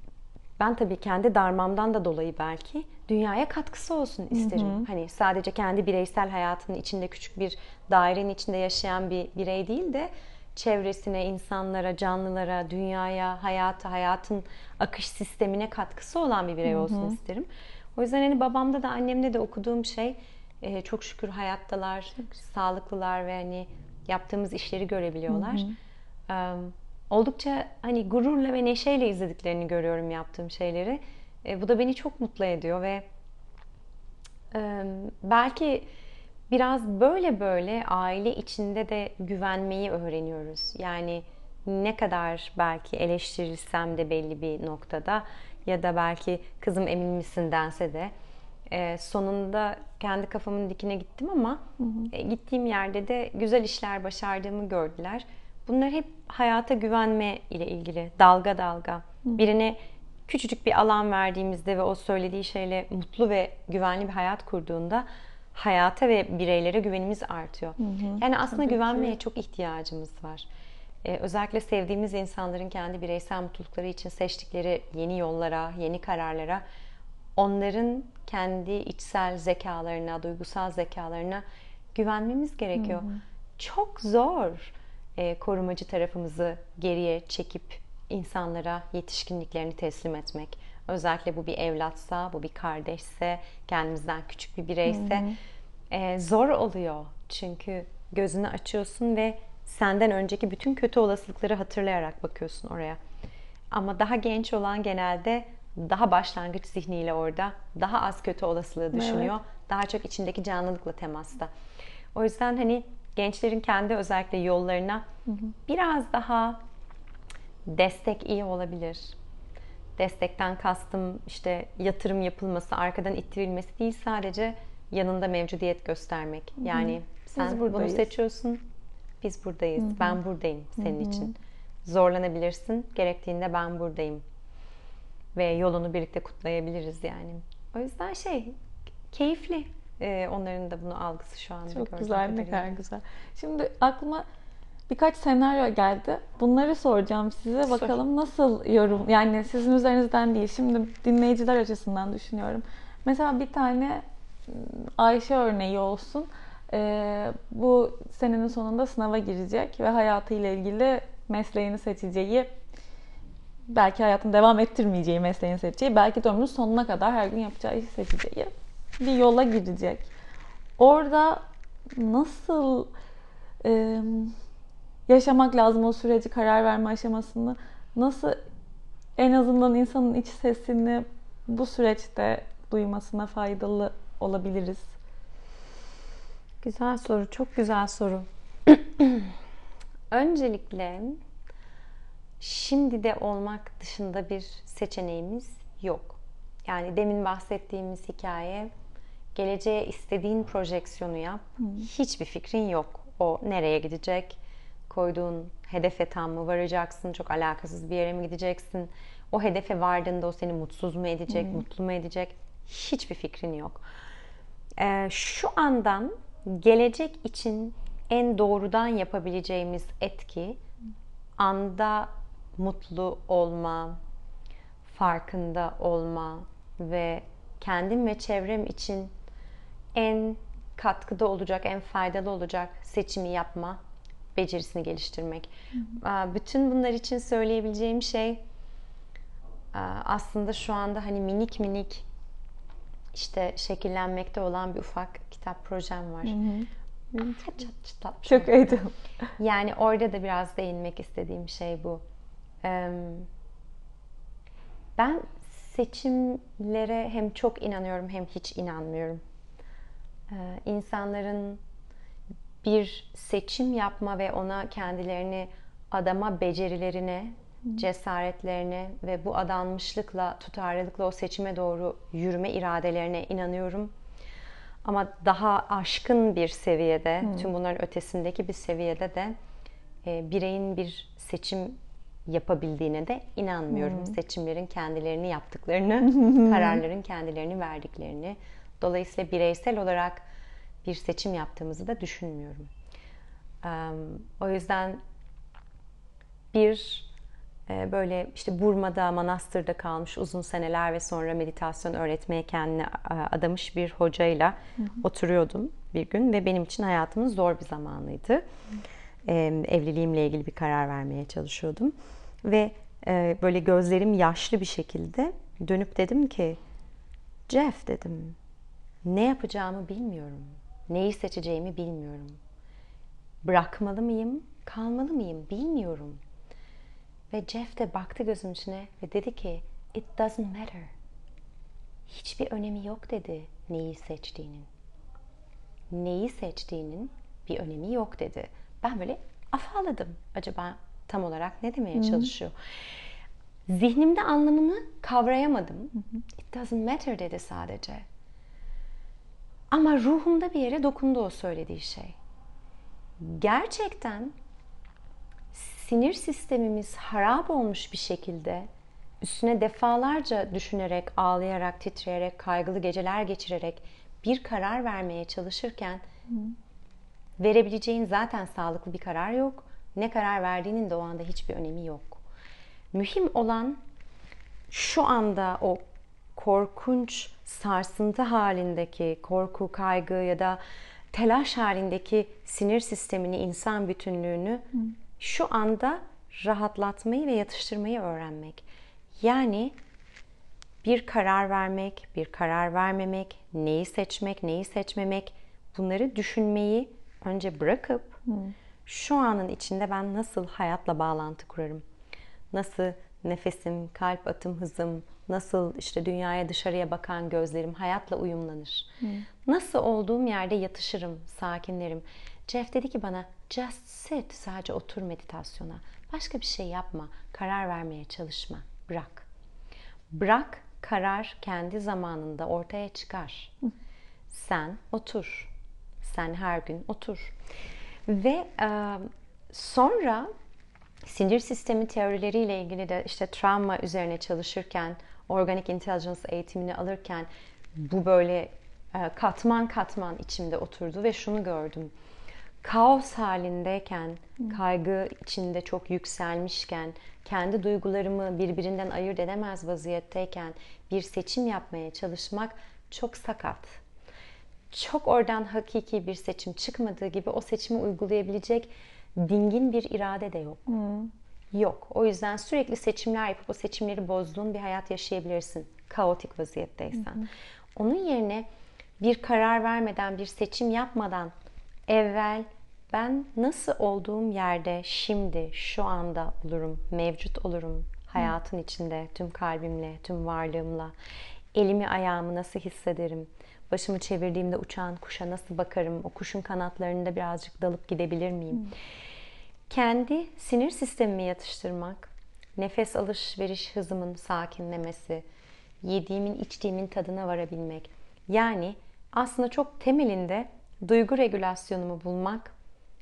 ben tabii kendi darmamdan da dolayı belki dünyaya katkısı olsun isterim. Hı hı. Hani sadece kendi bireysel hayatının içinde küçük bir dairenin içinde yaşayan bir birey değil de çevresine, insanlara, canlılara, dünyaya, hayata, hayatın akış sistemine katkısı olan bir birey olsun hı hı. isterim. O yüzden hani babamda da annemde de okuduğum şey e, çok şükür hayattalar, çok sağlıklılar ve hani yaptığımız işleri görebiliyorlar. Hı hı. Um, Oldukça hani gururla ve neşeyle izlediklerini görüyorum yaptığım şeyleri. E, bu da beni çok mutlu ediyor ve e, belki biraz böyle böyle aile içinde de güvenmeyi öğreniyoruz. Yani ne kadar belki eleştirilsem de belli bir noktada ya da belki kızım emin misin dense de e, sonunda kendi kafamın dikine gittim ama hı hı. E, gittiğim yerde de güzel işler başardığımı gördüler. Bunlar hep hayata güvenme ile ilgili, dalga dalga. Hı. Birine küçücük bir alan verdiğimizde ve o söylediği şeyle mutlu ve güvenli bir hayat kurduğunda hayata ve bireylere güvenimiz artıyor. Hı hı. Yani aslında tabii güvenmeye ki. Çok ihtiyacımız var. Ee, özellikle sevdiğimiz insanların kendi bireysel mutlulukları için seçtikleri yeni yollara, yeni kararlara, onların kendi içsel zekalarına, duygusal zekalarına güvenmemiz gerekiyor. Hı hı. Çok zor. E, korumacı tarafımızı geriye çekip insanlara yetişkinliklerini teslim etmek. Özellikle bu bir evlatsa, bu bir kardeşse, kendimizden küçük bir bireyse hı hı. E, zor oluyor. Çünkü gözünü açıyorsun ve senden önceki bütün kötü olasılıkları hatırlayarak bakıyorsun oraya. Ama daha genç olan genelde daha başlangıç zihniyle orada, daha az kötü olasılığı düşünüyor. Evet. Daha çok içindeki canlılıkla temasta. O yüzden hani gençlerin kendi özellikle yollarına hı hı. biraz daha destek iyi olabilir. Destekten kastım işte yatırım yapılması, arkadan ittirilmesi değil, sadece yanında mevcudiyet göstermek. Hı hı. Yani sen bunu seçiyorsun, biz buradayız, hı hı. ben buradayım senin hı hı. için. Zorlanabilirsin, gerektiğinde ben buradayım. Ve yolunu birlikte kutlayabiliriz yani. O yüzden şey, keyifli. Ee, onların da bunu algısı şu anda. Çok güzel, ne kadar güzel. Şimdi aklıma birkaç senaryo geldi. Bunları soracağım size. Bakalım Sor. Nasıl yorum, yani sizin üzerinizden değil. Şimdi dinleyiciler açısından düşünüyorum. Mesela bir tane Ayşe örneği olsun. Ee, bu senenin sonunda sınava girecek ve hayatıyla ilgili mesleğini seçeceği, belki hayatını devam ettirmeyeceği mesleğini seçeceği, belki de ömrünün sonuna kadar her gün yapacağı işi seçeceği bir yola girecek. Orada nasıl e, yaşamak lazım o süreci, karar verme aşamasını, nasıl en azından insanın iç sesini bu süreçte duymasına faydalı olabiliriz? Güzel soru, çok güzel soru. Öncelikle şimdi de olmak dışında bir seçeneğimiz yok. Yani demin bahsettiğimiz hikaye, geleceğe istediğin projeksiyonu yap, hmm. hiçbir fikrin yok. o nereye gidecek? Koyduğun hedefe tam mı varacaksın? Çok alakasız bir yere mi gideceksin? O hedefe vardığında o seni mutsuz mu edecek, hmm. mutlu mu edecek? Hiçbir fikrin yok. Ee, şu andan gelecek için en doğrudan yapabileceğimiz etki anda mutlu olma, farkında olma ve kendim ve çevrem için en katkıda olacak, en faydalı olacak seçimi yapma becerisini geliştirmek. Hı hı. Bütün bunlar için söyleyebileceğim şey aslında şu anda hani minik minik işte şekillenmekte olan bir ufak kitap projem var. Hı hı. Çok, çok iyiydi. Yani orada da biraz değinmek istediğim şey bu. Ben seçimlere hem çok inanıyorum hem hiç inanmıyorum. İnsanların bir seçim yapma ve ona kendilerini adama becerilerine, cesaretlerine ve bu adanmışlıkla, tutarlılıkla o seçime doğru yürüme iradelerine inanıyorum. Ama daha aşkın bir seviyede, hmm. tüm bunların ötesindeki bir seviyede de e, bireyin bir seçim yapabildiğine de inanmıyorum. Hmm. Seçimlerin kendilerini yaptıklarını, kararların kendilerini verdiklerini. Dolayısıyla bireysel olarak bir seçim yaptığımızı da düşünmüyorum. Um, o yüzden bir e, böyle işte Burma'da, manastırda kalmış uzun seneler ve sonra meditasyon öğretmeye kendini adamış bir hocayla hı hı. oturuyordum bir gün ve benim için hayatımın zor bir zamanıydı. Hı. E, evliliğimle ilgili bir karar vermeye çalışıyordum ve e, böyle gözlerim yaşlı bir şekilde dönüp dedim ki, Jeff dedim, ne yapacağımı bilmiyorum. Neyi seçeceğimi bilmiyorum. Bırakmalı mıyım, kalmalı mıyım bilmiyorum. Ve Jeff de baktı gözümün içine ve dedi ki, it doesn't matter. Hiçbir önemi yok dedi neyi seçtiğinin. Neyi seçtiğinin bir önemi yok dedi. Ben böyle afalladım. Acaba tam olarak ne demeye hmm. çalışıyor? Zihnimde anlamını kavrayamadım. Hmm. It doesn't matter dedi sadece. Ama ruhumda bir yere dokundu o söylediği şey. Gerçekten sinir sistemimiz harap olmuş bir şekilde üstüne defalarca düşünerek, ağlayarak, titreyerek, kaygılı geceler geçirerek bir karar vermeye çalışırken Hı. verebileceğin zaten sağlıklı bir karar yok. Ne karar verdiğinin de o anda hiçbir önemi yok. Mühim olan şu anda o korkunç sarsıntı halindeki korku, kaygı ya da telaş halindeki sinir sistemini, insan bütünlüğünü Hı. şu anda rahatlatmayı ve yatıştırmayı öğrenmek. Yani bir karar vermek, bir karar vermemek, neyi seçmek, neyi seçmemek, bunları düşünmeyi önce bırakıp hmm. şu anın içinde ben nasıl hayatla bağlantı kurarım? Nasıl nefesim, kalp atım hızım, nasıl işte dünyaya dışarıya bakan gözlerim hayatla uyumlanır? Hmm. Nasıl olduğum yerde yatışırım, sakinlerim? Jeff dedi ki bana, just sit, sadece otur meditasyona. Başka bir şey yapma, karar vermeye çalışma, bırak. Bırak, karar kendi zamanında ortaya çıkar. Hı. Sen otur. Sen her gün otur. Ve e, sonra sinir sistemi teorileriyle ilgili de işte travma üzerine çalışırken, organic intelligence eğitimini alırken bu böyle e, katman katman içimde oturdu ve şunu gördüm. Kaos halindeyken, kaygı içinde çok yükselmişken, kendi duygularımı birbirinden ayırt edemez vaziyetteyken bir seçim yapmaya çalışmak çok sakat. Çok oradan hakiki bir seçim çıkmadığı gibi o seçimi uygulayabilecek dingin bir irade de yok. Hmm. Yok. O yüzden sürekli seçimler yapıp o seçimleri bozduğun bir hayat yaşayabilirsin. Kaotik vaziyetteysen. Hmm. Onun yerine bir karar vermeden, bir seçim yapmadan evvel ben nasıl olduğum yerde şimdi, şu anda olurum, mevcut olurum hayatın hmm. içinde, tüm kalbimle, tüm varlığımla. Elimi ayağımı nasıl hissederim? Başımı çevirdiğimde uçan kuşa nasıl bakarım? O kuşun kanatlarında birazcık dalıp gidebilir miyim? Hmm. Kendi sinir sistemimi yatıştırmak, nefes alışveriş hızımın sakinlemesi, yediğimin, içtiğimin tadına varabilmek. Yani aslında çok temelinde duygu regülasyonumu bulmak,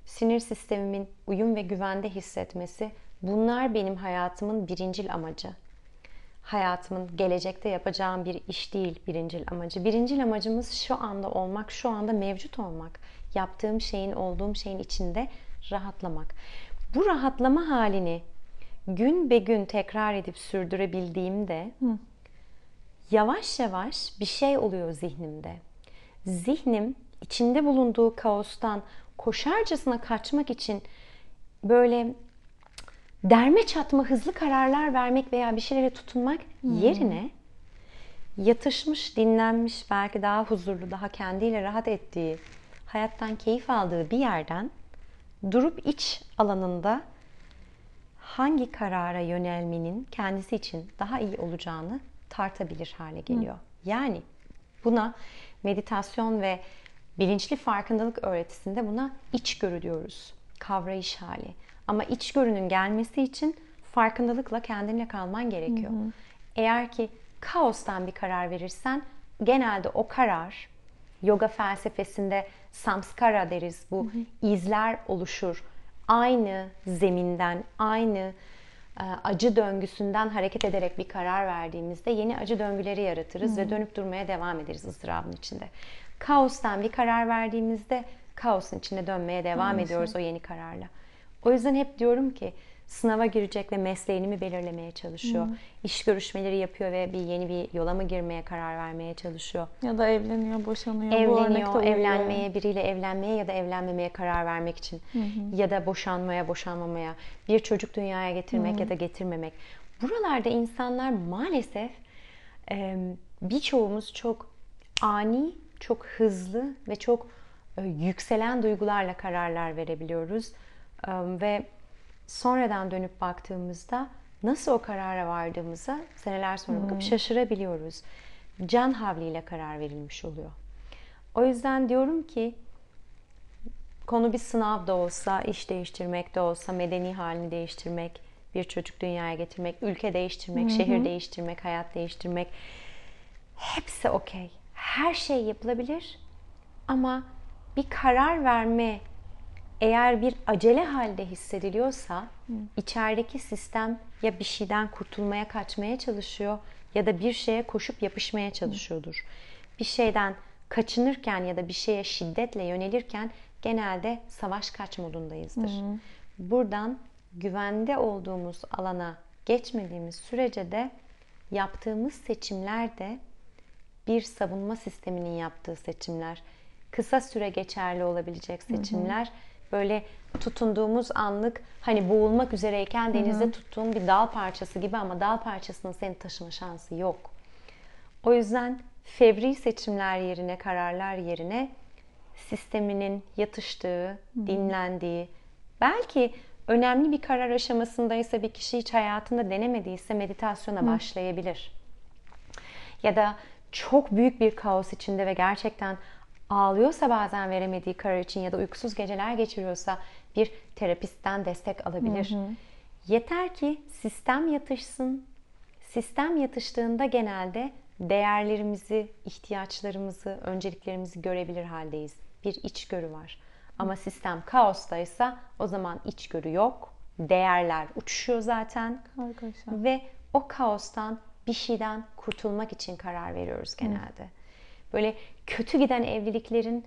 sinir sistemimin uyum ve güvende hissetmesi, bunlar benim hayatımın birincil amacı. Hayatımın gelecekte yapacağım bir iş değil birincil amacı. Birincil amacımız şu anda olmak, şu anda mevcut olmak. Yaptığım şeyin, olduğum şeyin içinde rahatlamak. Bu rahatlama halini gün be gün tekrar edip sürdürebildiğimde Hı. yavaş yavaş bir şey oluyor zihnimde. Zihnim içinde bulunduğu kaostan koşarcasına kaçmak için böyle derme çatma hızlı kararlar vermek veya bir şeylere tutunmak hmm. yerine yatışmış, dinlenmiş, belki daha huzurlu, daha kendiyle rahat ettiği, hayattan keyif aldığı bir yerden durup iç alanında hangi karara yönelmenin kendisi için daha iyi olacağını tartabilir hale geliyor. Hmm. Yani buna meditasyon ve bilinçli farkındalık öğretisinde buna içgörü diyoruz. Kavrayış hali. Ama içgörünün gelmesi için farkındalıkla kendinle kalman gerekiyor. Hı hı. Eğer ki kaostan bir karar verirsen genelde o karar, yoga felsefesinde samskara deriz, bu hı hı. izler oluşur. Aynı zeminden, aynı e, acı döngüsünden hareket ederek bir karar verdiğimizde yeni acı döngüleri yaratırız hı hı. ve dönüp durmaya devam ederiz ızdırabın içinde. Kaostan bir karar verdiğimizde kaosun içinde dönmeye devam Aynen. ediyoruz o yeni kararla. O yüzden hep diyorum ki sınava girecek ve mesleğini mi belirlemeye çalışıyor? Hmm. İş görüşmeleri yapıyor ve bir yeni bir yola mı girmeye karar vermeye çalışıyor? Ya da evleniyor, boşanıyor. Evleniyor, evlenmeye, biriyle evlenmeye ya da evlenmemeye karar vermek için. Hı hı. Ya da boşanmaya, boşanmamaya, bir çocuk dünyaya getirmek hı. ya da getirmemek. Buralarda insanlar maalesef birçoğumuz çok ani, çok hızlı ve çok yükselen duygularla kararlar verebiliyoruz. Ve sonradan dönüp baktığımızda nasıl o karara vardığımıza seneler sonra hmm. bakıp şaşırabiliyoruz. Can havliyle karar verilmiş oluyor. O yüzden diyorum ki konu bir sınav da olsa, iş değiştirmek de olsa, medeni halini değiştirmek, bir çocuk dünyaya getirmek, ülke değiştirmek, hmm. şehir değiştirmek, hayat değiştirmek hepsi okey. Her şey yapılabilir ama bir karar verme eğer bir acele halde hissediliyorsa Hı. içerideki sistem ya bir şeyden kurtulmaya, kaçmaya çalışıyor ya da bir şeye koşup yapışmaya çalışıyordur. Hı. Bir şeyden kaçınırken ya da bir şeye şiddetle yönelirken genelde savaş kaç modundayızdır. Hı. Buradan güvende olduğumuz alana geçmediğimiz sürece de yaptığımız seçimler de bir savunma sisteminin yaptığı seçimler. Kısa süre geçerli olabilecek seçimler. Hı hı. Böyle tutunduğumuz anlık hani boğulmak üzereyken denizde hı hı. tuttuğun bir dal parçası gibi ama dal parçasının seni taşıma şansı yok. O yüzden fevri seçimler yerine, kararlar yerine sisteminin yatıştığı, hı hı. dinlendiği, belki önemli bir karar aşamasındaysa bir kişi hiç hayatında denemediyse meditasyona hı. başlayabilir. Ya da çok büyük bir kaos içinde ve gerçekten ağlıyorsa bazen veremediği karar için ya da uykusuz geceler geçiriyorsa bir terapistten destek alabilir. Hı hı. Yeter ki sistem yatışsın. Sistem yatıştığında genelde değerlerimizi, ihtiyaçlarımızı, önceliklerimizi görebilir haldeyiz. Bir içgörü var. Ama sistem kaostaysa o zaman içgörü yok. Değerler uçuşuyor zaten. Arkadaşlar. Ve o kaostan bir şeyden kurtulmak için karar veriyoruz genelde. Hı. Böyle kötü giden evliliklerin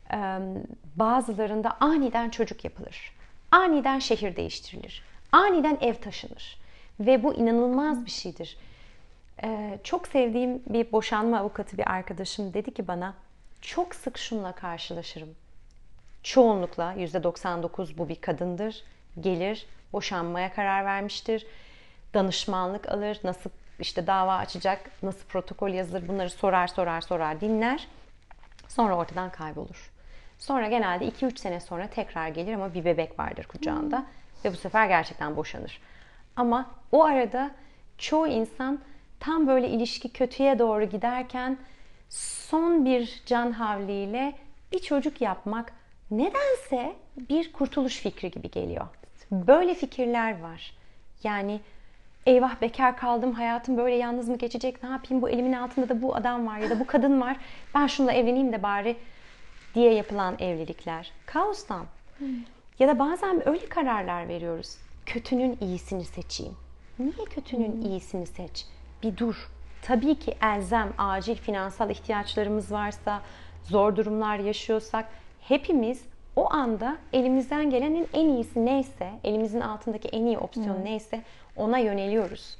bazılarında aniden çocuk yapılır. Aniden şehir değiştirilir. Aniden ev taşınır. Ve bu inanılmaz bir şeydir. Çok sevdiğim bir boşanma avukatı bir arkadaşım dedi ki bana, çok sık şunla karşılaşırım. Çoğunlukla yüzde doksan dokuz bu bir kadındır. Gelir, boşanmaya karar vermiştir. Danışmanlık alır, nasıl işte dava açacak, nasıl protokol yazılır, bunları sorar sorar sorar dinler. Sonra ortadan kaybolur. Sonra genelde iki üç sene sonra tekrar gelir ama bir bebek vardır kucağında. Hmm. Ve bu sefer gerçekten boşanır. Ama o arada çoğu insan tam böyle ilişki kötüye doğru giderken son bir can havliyle bir çocuk yapmak nedense bir kurtuluş fikri gibi geliyor. Böyle fikirler var. Yani eyvah bekar kaldım, hayatım böyle yalnız mı geçecek, ne yapayım, bu elimin altında da bu adam var ya da bu kadın var, ben şununla evleneyim de bari diye yapılan evlilikler. Kaostan. Hmm. Ya da bazen öyle kararlar veriyoruz. Kötünün iyisini seçeyim. Niye kötünün hmm. iyisini seç? Bir dur. Tabii ki elzem, acil finansal ihtiyaçlarımız varsa, zor durumlar yaşıyorsak hepimiz o anda elimizden gelenin en iyisi neyse, elimizin altındaki en iyi opsiyon hmm. neyse ona yöneliyoruz.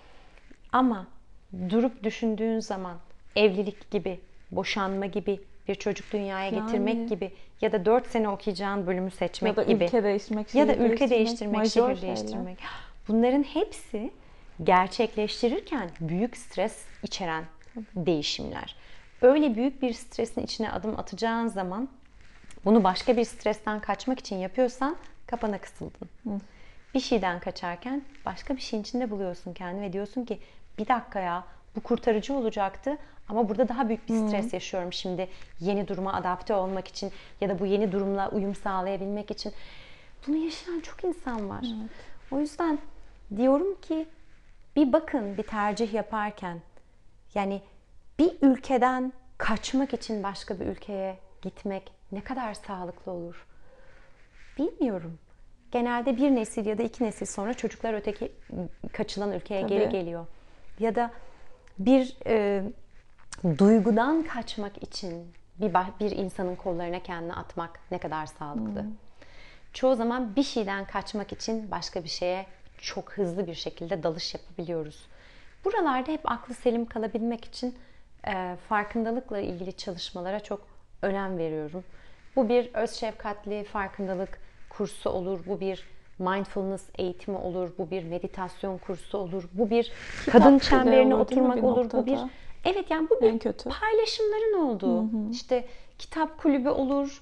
Ama durup düşündüğün zaman evlilik gibi, boşanma gibi, bir çocuk dünyaya yani, getirmek gibi ya da dört sene okuyacağın bölümü seçmek ya da gibi ülke değiştirmek, ya da ülke değiştirmek, şehir şeyler. değiştirmek. Bunların hepsi gerçekleştirirken büyük stres içeren değişimler. Öyle büyük bir stresin içine adım atacağın zaman bunu başka bir stresten kaçmak için yapıyorsan kapana kısıldın. Hı. Bir şeyden kaçarken başka bir şeyin içinde buluyorsun kendini ve diyorsun ki bir dakika ya, bu kurtarıcı olacaktı ama burada daha büyük bir stres hmm. yaşıyorum şimdi yeni duruma adapte olmak için ya da bu yeni durumla uyum sağlayabilmek için. Bunu yaşayan çok insan var. Evet. O yüzden diyorum ki bir bakın bir tercih yaparken, yani bir ülkeden kaçmak için başka bir ülkeye gitmek ne kadar sağlıklı olur? Bilmiyorum. Genelde bir nesil ya da iki nesil sonra çocuklar öteki kaçılan ülkeye Tabii. geri geliyor. Ya da bir e, duygudan kaçmak için bir, bir insanın kollarına kendini atmak ne kadar sağlıklı. Hmm. Çoğu zaman bir şeyden kaçmak için başka bir şeye çok hızlı bir şekilde dalış yapabiliyoruz. Buralarda hep aklı selim kalabilmek için e, farkındalıkla ilgili çalışmalara çok önem veriyorum. Bu bir öz şefkatli farkındalık kursu olur, bu bir mindfulness eğitimi olur, bu bir meditasyon kursu olur, bu bir Kitap kadın çemberine olur, oturmak olur, noktada. Bu bir evet yani bu bir kötü. Paylaşımların olduğu, hı hı. işte kitap kulübü olur,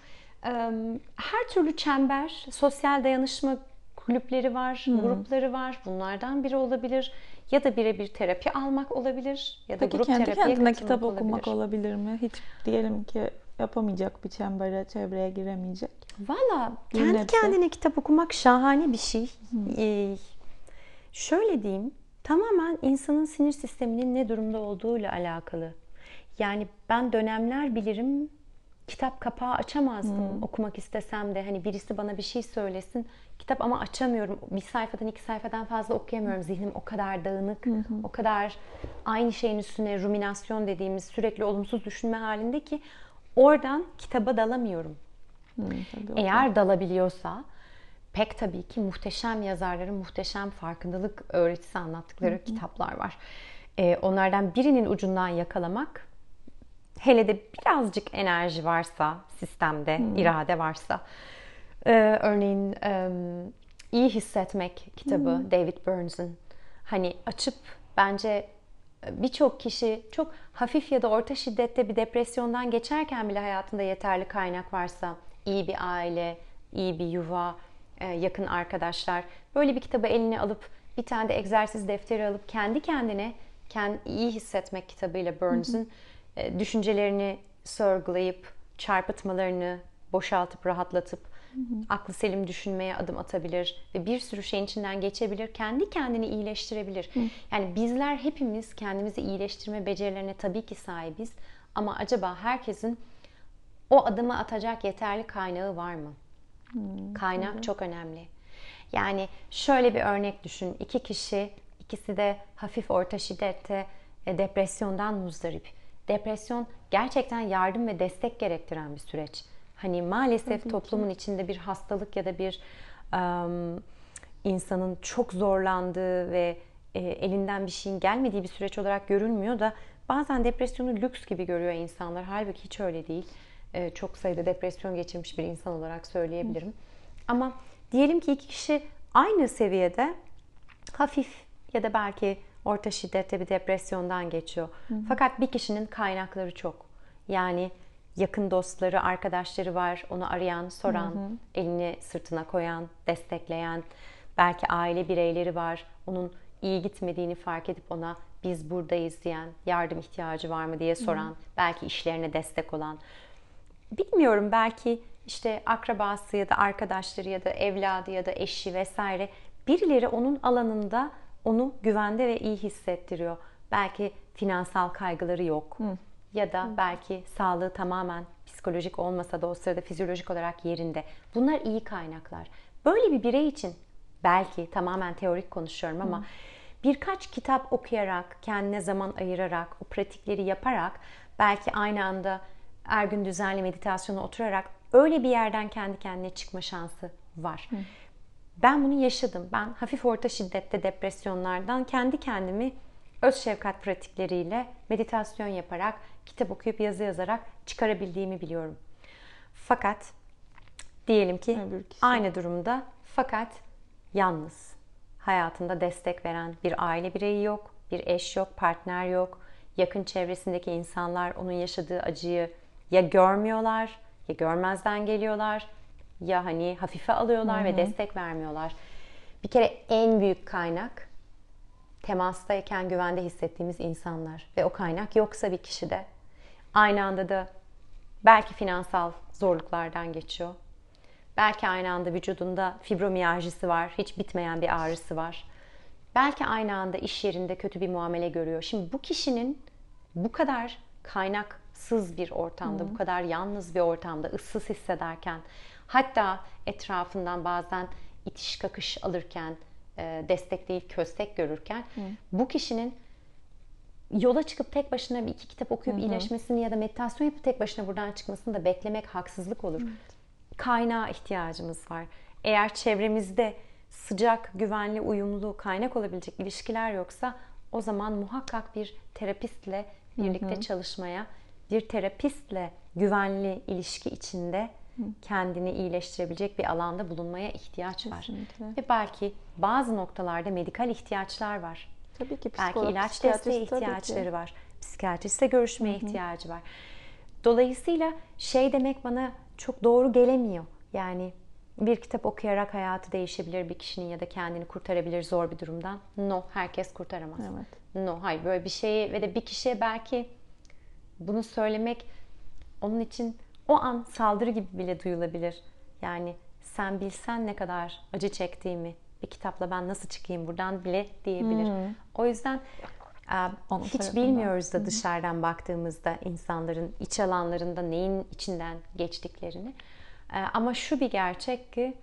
her türlü çember, sosyal dayanışma kulüpleri var, hı. grupları var, bunlardan biri olabilir ya da birebir terapi almak olabilir ya da Peki, grup kendi terapiye kendine katılmak kitap olabilir. okumak olabilir mi? Hiç diyelim ki yapamayacak bir çembere, çevreye giremeyecek. Valla kendi hepsi. kendine kitap okumak şahane bir şey. Ee, şöyle diyeyim, tamamen insanın sinir sisteminin ne durumda olduğuyla alakalı. Yani ben dönemler bilirim, kitap kapağı açamazdım hmm. okumak istesem de. Hani birisi bana bir şey söylesin, kitap ama açamıyorum. Bir sayfadan iki sayfadan fazla okuyamıyorum. Zihnim o kadar dağınık, hmm. o kadar aynı şeyin üstüne ruminasyon dediğimiz sürekli olumsuz düşünme halinde ki oradan kitaba dalamıyorum. Hmm, Eğer dalabiliyorsa pek tabii ki muhteşem yazarların muhteşem farkındalık öğretisi anlattıkları hı-hı. kitaplar var. Ee, onlardan birinin ucundan yakalamak, hele de birazcık enerji varsa sistemde, hı-hı. irade varsa. Ee, örneğin e, İyi Hissetmek kitabı hı-hı. David Burns'ın. Hani açıp bence birçok kişi çok hafif ya da orta şiddette bir depresyondan geçerken bile hayatında yeterli kaynak varsa, iyi bir aile, iyi bir yuva, yakın arkadaşlar, böyle bir kitabı eline alıp bir tane de egzersiz defteri alıp kendi kendine kendi iyi hissetmek kitabıyla Burns'ın düşüncelerini sorgulayıp çarpıtmalarını boşaltıp rahatlatıp hı hı. aklı selim düşünmeye adım atabilir ve bir sürü şeyin içinden geçebilir. Kendi kendini iyileştirebilir. Hı. Yani bizler hepimiz kendimizi iyileştirme becerilerine tabii ki sahibiz. Ama acaba herkesin o adımı atacak yeterli kaynağı var mı? Hı, Kaynak tabii. çok önemli. Yani şöyle bir örnek düşün. İki kişi, ikisi de hafif orta şiddette depresyondan muzdarip. Depresyon gerçekten yardım ve destek gerektiren bir süreç. Hani maalesef Tabii toplumun ki. içinde bir hastalık ya da bir um, insanın çok zorlandığı ve e, elinden bir şeyin gelmediği bir süreç olarak görülmüyor da bazen depresyonu lüks gibi görüyor insanlar. Halbuki hiç öyle değil. E, çok sayıda depresyon geçirmiş bir insan olarak söyleyebilirim. Hı. Ama diyelim ki iki kişi aynı seviyede hafif ya da belki orta şiddette bir depresyondan geçiyor. Hı. Fakat bir kişinin kaynakları çok. Yani yakın dostları, arkadaşları var, onu arayan, soran, hı hı. elini sırtına koyan, destekleyen, belki aile bireyleri var, onun iyi gitmediğini fark edip ona biz buradayız diyen, yardım ihtiyacı var mı diye soran, hı. belki işlerine destek olan. Bilmiyorum, belki işte akrabası ya da arkadaşları ya da evladı ya da eşi vesaire birileri onun alanında onu güvende ve iyi hissettiriyor. Belki finansal kaygıları yok. Hı. ya da belki sağlığı tamamen psikolojik olmasa da o sırada fizyolojik olarak yerinde. Bunlar iyi kaynaklar. Böyle bir birey için belki tamamen teorik konuşuyorum ama Hı. birkaç kitap okuyarak, kendine zaman ayırarak, o pratikleri yaparak, belki aynı anda her gün düzenli meditasyona oturarak öyle bir yerden kendi kendine çıkma şansı var. Hı. Ben bunu yaşadım. Ben hafif orta şiddette depresyonlardan kendi kendimi öz şefkat pratikleriyle meditasyon yaparak, kitap okuyup yazı yazarak çıkarabildiğimi biliyorum. Fakat diyelim ki aynı durumda fakat yalnız. Hayatında destek veren bir aile bireyi yok, bir eş yok, partner yok. Yakın çevresindeki insanlar onun yaşadığı acıyı ya görmüyorlar, ya görmezden geliyorlar, ya hani hafife alıyorlar Hı-hı. ve destek vermiyorlar. Bir kere en büyük kaynak temastayken güvende hissettiğimiz insanlar ve o kaynak yoksa bir kişide aynı anda da belki finansal zorluklardan geçiyor. Belki aynı anda vücudunda fibromiyajisi var, hiç bitmeyen bir ağrısı var. Belki aynı anda iş yerinde kötü bir muamele görüyor. Şimdi bu kişinin bu kadar kaynaksız bir ortamda, Hı. bu kadar yalnız bir ortamda, ıssız hissederken, hatta etrafından bazen itiş kakış alırken, destek değil köstek görürken, Hı. bu kişinin yola çıkıp tek başına bir iki kitap okuyup Hı hı. iyileşmesini ya da meditasyon yapıp tek başına buradan çıkmasını da beklemek haksızlık olur. Evet. Kaynağa ihtiyacımız var. Eğer çevremizde sıcak, güvenli, uyumlu, kaynak olabilecek ilişkiler yoksa o zaman muhakkak bir terapistle birlikte hı hı. çalışmaya, bir terapistle güvenli ilişki içinde hı. kendini iyileştirebilecek bir alanda bulunmaya ihtiyaç var. Kesinlikle. Ve belki bazı noktalarda medikal ihtiyaçlar var. Tabii ki belki ilaç desteği ihtiyaçları var. Psikiyatristle görüşmeye hı hı. ihtiyacı var. Dolayısıyla şey demek bana çok doğru gelemiyor. Yani bir kitap okuyarak hayatı değişebilir bir kişinin ya da kendini kurtarabilir zor bir durumdan. No, herkes kurtaramaz. Evet. No, hayır böyle bir şeyi ve de bir kişiye belki bunu söylemek onun için o an saldırı gibi bile duyulabilir. Yani sen bilsen ne kadar acı çektiğimi, bir kitapla ben nasıl çıkayım buradan bile diyebilir. Hmm. O yüzden Onun hiç tarafından. bilmiyoruz da dışarıdan baktığımızda insanların iç alanlarında neyin içinden geçtiklerini. Ama şu bir gerçek ki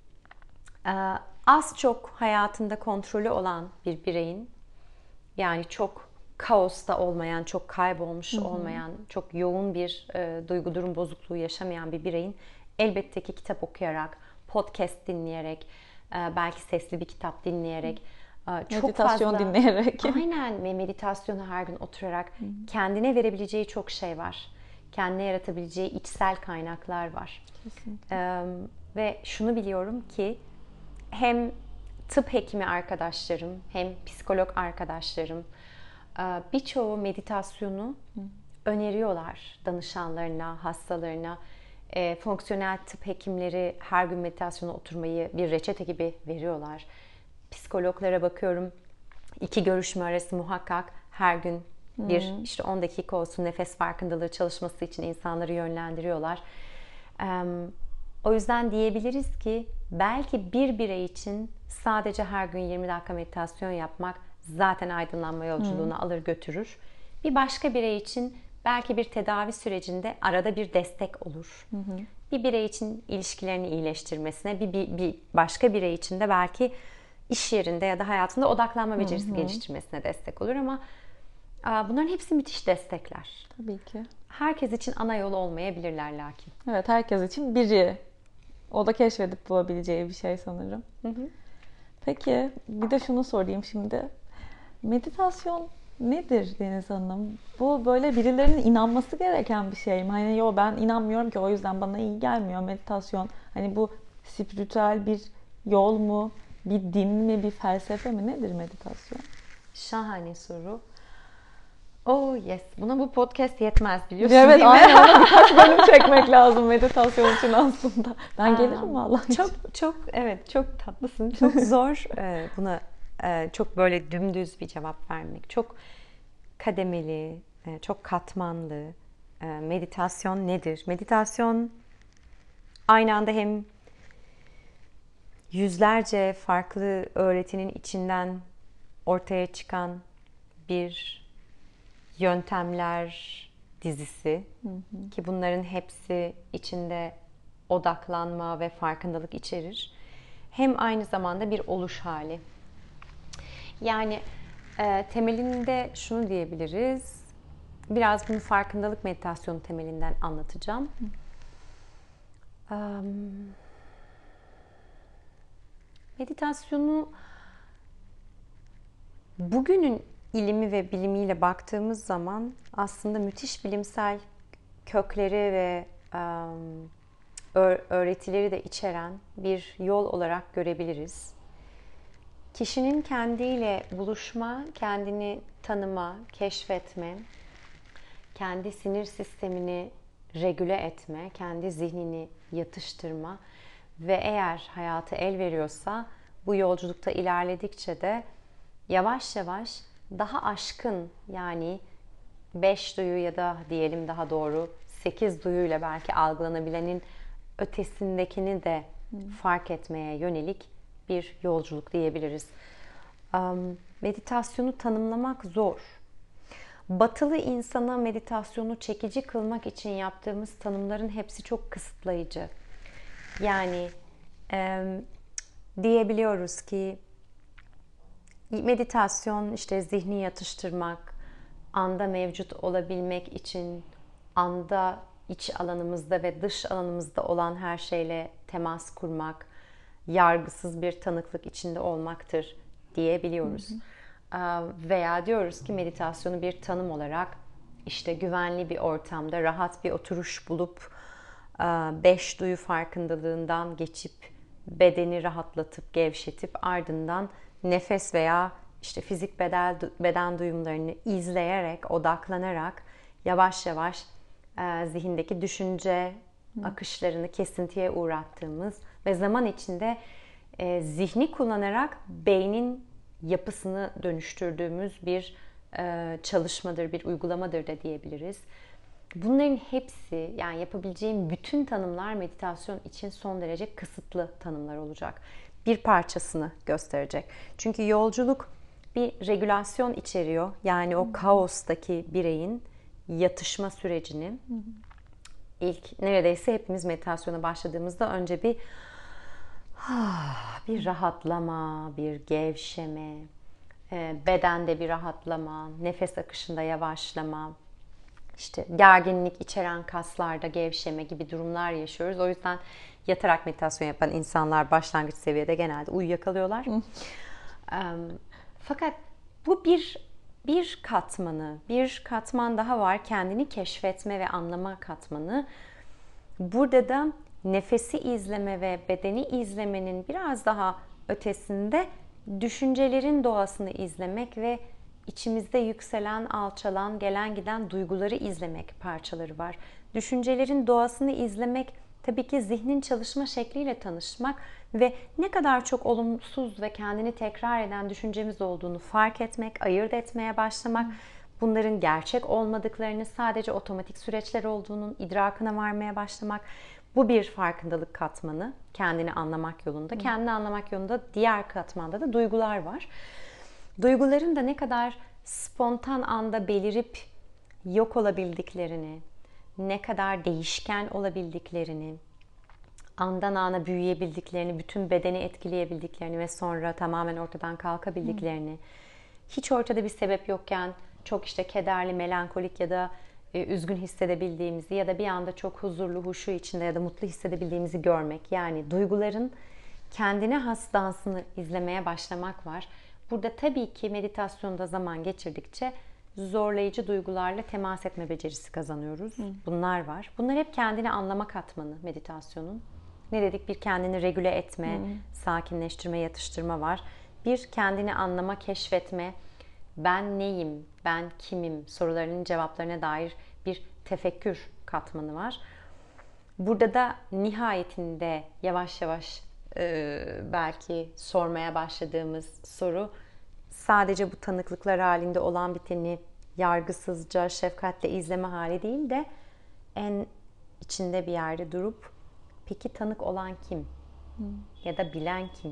az çok hayatında kontrolü olan bir bireyin, yani çok kaosta olmayan, çok kaybolmuş hı hı. olmayan, çok yoğun bir e, duygu durum bozukluğu yaşamayan bir bireyin elbette ki kitap okuyarak, podcast dinleyerek, e, belki sesli bir kitap dinleyerek, e, çok meditasyon fazla, dinleyerek. Aynen ve meditasyonu her gün oturarak hı. kendine verebileceği çok şey var. Kendine yaratabileceği içsel kaynaklar var. Kesinlikle. E, ve şunu biliyorum ki hem tıp hekimi arkadaşlarım, hem psikolog arkadaşlarım birçoğu meditasyonu Hı. öneriyorlar danışanlarına, hastalarına. E, fonksiyonel tıp hekimleri her gün meditasyona oturmayı bir reçete gibi veriyorlar. Psikologlara bakıyorum, iki görüşme arası muhakkak her gün bir Hı. işte on dakika olsun nefes farkındalığı çalışması için insanları yönlendiriyorlar. E, o yüzden diyebiliriz ki belki bir birey için sadece her gün yirmi dakika meditasyon yapmak zaten aydınlanma yolculuğunu Hı. alır götürür. Bir başka birey için belki bir tedavi sürecinde arada bir destek olur. Hı hı. Bir birey için ilişkilerini iyileştirmesine, bir, bir, bir başka birey için de belki iş yerinde ya da hayatında odaklanma becerisi hı hı. geliştirmesine destek olur ama bunların hepsi müthiş destekler. Tabii ki. Herkes için ana yol olmayabilirler lakin. Evet, herkes için biri. O da keşfedip bulabileceği bir şey sanırım. Hı hı. Peki, bir de şunu sorayım şimdi. Meditasyon nedir Deniz Hanım? Bu böyle birilerinin inanması gereken bir şey mi? Hani yo ben inanmıyorum ki o yüzden bana iyi gelmiyor meditasyon. Hani bu spiritüel bir yol mu? Bir din mi? Bir felsefe mi? Nedir meditasyon? Şahane soru. Oh yes. Buna bu podcast yetmez biliyorsun evet, değil mi? Evet aynen. Birkaç bölüm çekmek lazım meditasyon için aslında. Ben Aa, gelirim vallahi. Çok çok evet çok tatlısın. Çok zor buna çok böyle dümdüz bir cevap vermek. Çok kademeli, çok katmanlı. Meditasyon nedir? Meditasyon aynı anda hem yüzlerce farklı öğretinin içinden ortaya çıkan bir yöntemler, dizisi. Hı hı. Ki bunların hepsi içinde odaklanma ve farkındalık içerir. Hem aynı zamanda bir oluş hali. Yani e, temelinde şunu diyebiliriz. Biraz bunu farkındalık meditasyonu temelinden anlatacağım. Um, meditasyonu bugünün ilimi ve bilimiyle baktığımız zaman aslında müthiş bilimsel kökleri ve um, öğretileri de içeren bir yol olarak görebiliriz. Kişinin kendiyle buluşma, kendini tanıma, keşfetme, kendi sinir sistemini regüle etme, kendi zihnini yatıştırma ve eğer hayatı el veriyorsa bu yolculukta ilerledikçe de yavaş yavaş daha aşkın, yani beş duyu ya da diyelim daha doğru sekiz duyuyla belki algılanabilenin ötesindekini de fark etmeye yönelik bir yolculuk diyebiliriz. Meditasyonu tanımlamak zor. Batılı insana meditasyonu çekici kılmak için yaptığımız tanımların hepsi çok kısıtlayıcı. Yani e, diyebiliyoruz ki meditasyon işte zihni yatıştırmak, anda mevcut olabilmek için anda iç alanımızda ve dış alanımızda olan her şeyle temas kurmak, yargısız bir tanıklık içinde olmaktır diyebiliyoruz. Hı hı. Veya diyoruz ki meditasyonu bir tanım olarak işte güvenli bir ortamda rahat bir oturuş bulup beş duyu farkındalığından geçip bedeni rahatlatıp gevşetip ardından nefes veya işte fizik beden, beden duyumlarını izleyerek, odaklanarak yavaş yavaş e, zihindeki düşünce Hı. akışlarını kesintiye uğrattığımız ve zaman içinde e, zihni kullanarak beynin yapısını dönüştürdüğümüz bir e, çalışmadır, bir uygulamadır da diyebiliriz. Bunların hepsi, yani yapabileceğim bütün tanımlar meditasyon için son derece kısıtlı tanımlar olacak. Bir parçasını gösterecek. Çünkü yolculuk bir regülasyon içeriyor. Yani o kaostaki bireyin yatışma sürecini. İlk neredeyse hepimiz meditasyona başladığımızda önce bir bir rahatlama, bir gevşeme, bedende bir rahatlama, nefes akışında yavaşlama, işte gerginlik içeren kaslarda gevşeme gibi durumlar yaşıyoruz. O yüzden yatarak meditasyon yapan insanlar başlangıç seviyede genelde uyuyakalıyorlar. Fakat bu bir bir katmanı, bir katman daha var, kendini keşfetme ve anlama katmanı. Burada da nefesi izleme ve bedeni izlemenin biraz daha ötesinde düşüncelerin doğasını izlemek ve içimizde yükselen, alçalan, gelen giden duyguları izlemek parçaları var. Düşüncelerin doğasını izlemek tabii ki zihnin çalışma şekliyle tanışmak ve ne kadar çok olumsuz ve kendini tekrar eden düşüncemiz olduğunu fark etmek, ayırt etmeye başlamak, bunların gerçek olmadıklarını, sadece otomatik süreçler olduğunun idrakına varmaya başlamak. Bu bir farkındalık katmanı, kendini anlamak yolunda. Kendini anlamak yolunda diğer katmanda da duygular var. Duyguların da ne kadar spontan anda belirip yok olabildiklerini, ne kadar değişken olabildiklerini, andan ana büyüyebildiklerini, bütün bedeni etkileyebildiklerini ve sonra tamamen ortadan kalkabildiklerini, Hı. hiç ortada bir sebep yokken çok işte kederli, melankolik ya da e, üzgün hissedebildiğimizi ya da bir anda çok huzurlu, huşu içinde ya da mutlu hissedebildiğimizi görmek. Yani duyguların kendine has dansını izlemeye başlamak var. Burada tabii ki meditasyonda zaman geçirdikçe zorlayıcı duygularla temas etme becerisi kazanıyoruz. Hı. Bunlar var. Bunlar hep kendini anlama katmanı meditasyonun. Ne dedik? Bir kendini regüle etme, Hı. sakinleştirme, yatıştırma var. Bir kendini anlama, keşfetme, ben neyim, ben kimim sorularının cevaplarına dair bir tefekkür katmanı var. Burada da nihayetinde yavaş yavaş e, belki sormaya başladığımız soru, sadece bu tanıklıklar halinde olan biteni yargısızca, şefkatle izleme hali değil de en içinde bir yerde durup peki tanık olan kim? Hmm. Ya da bilen kim?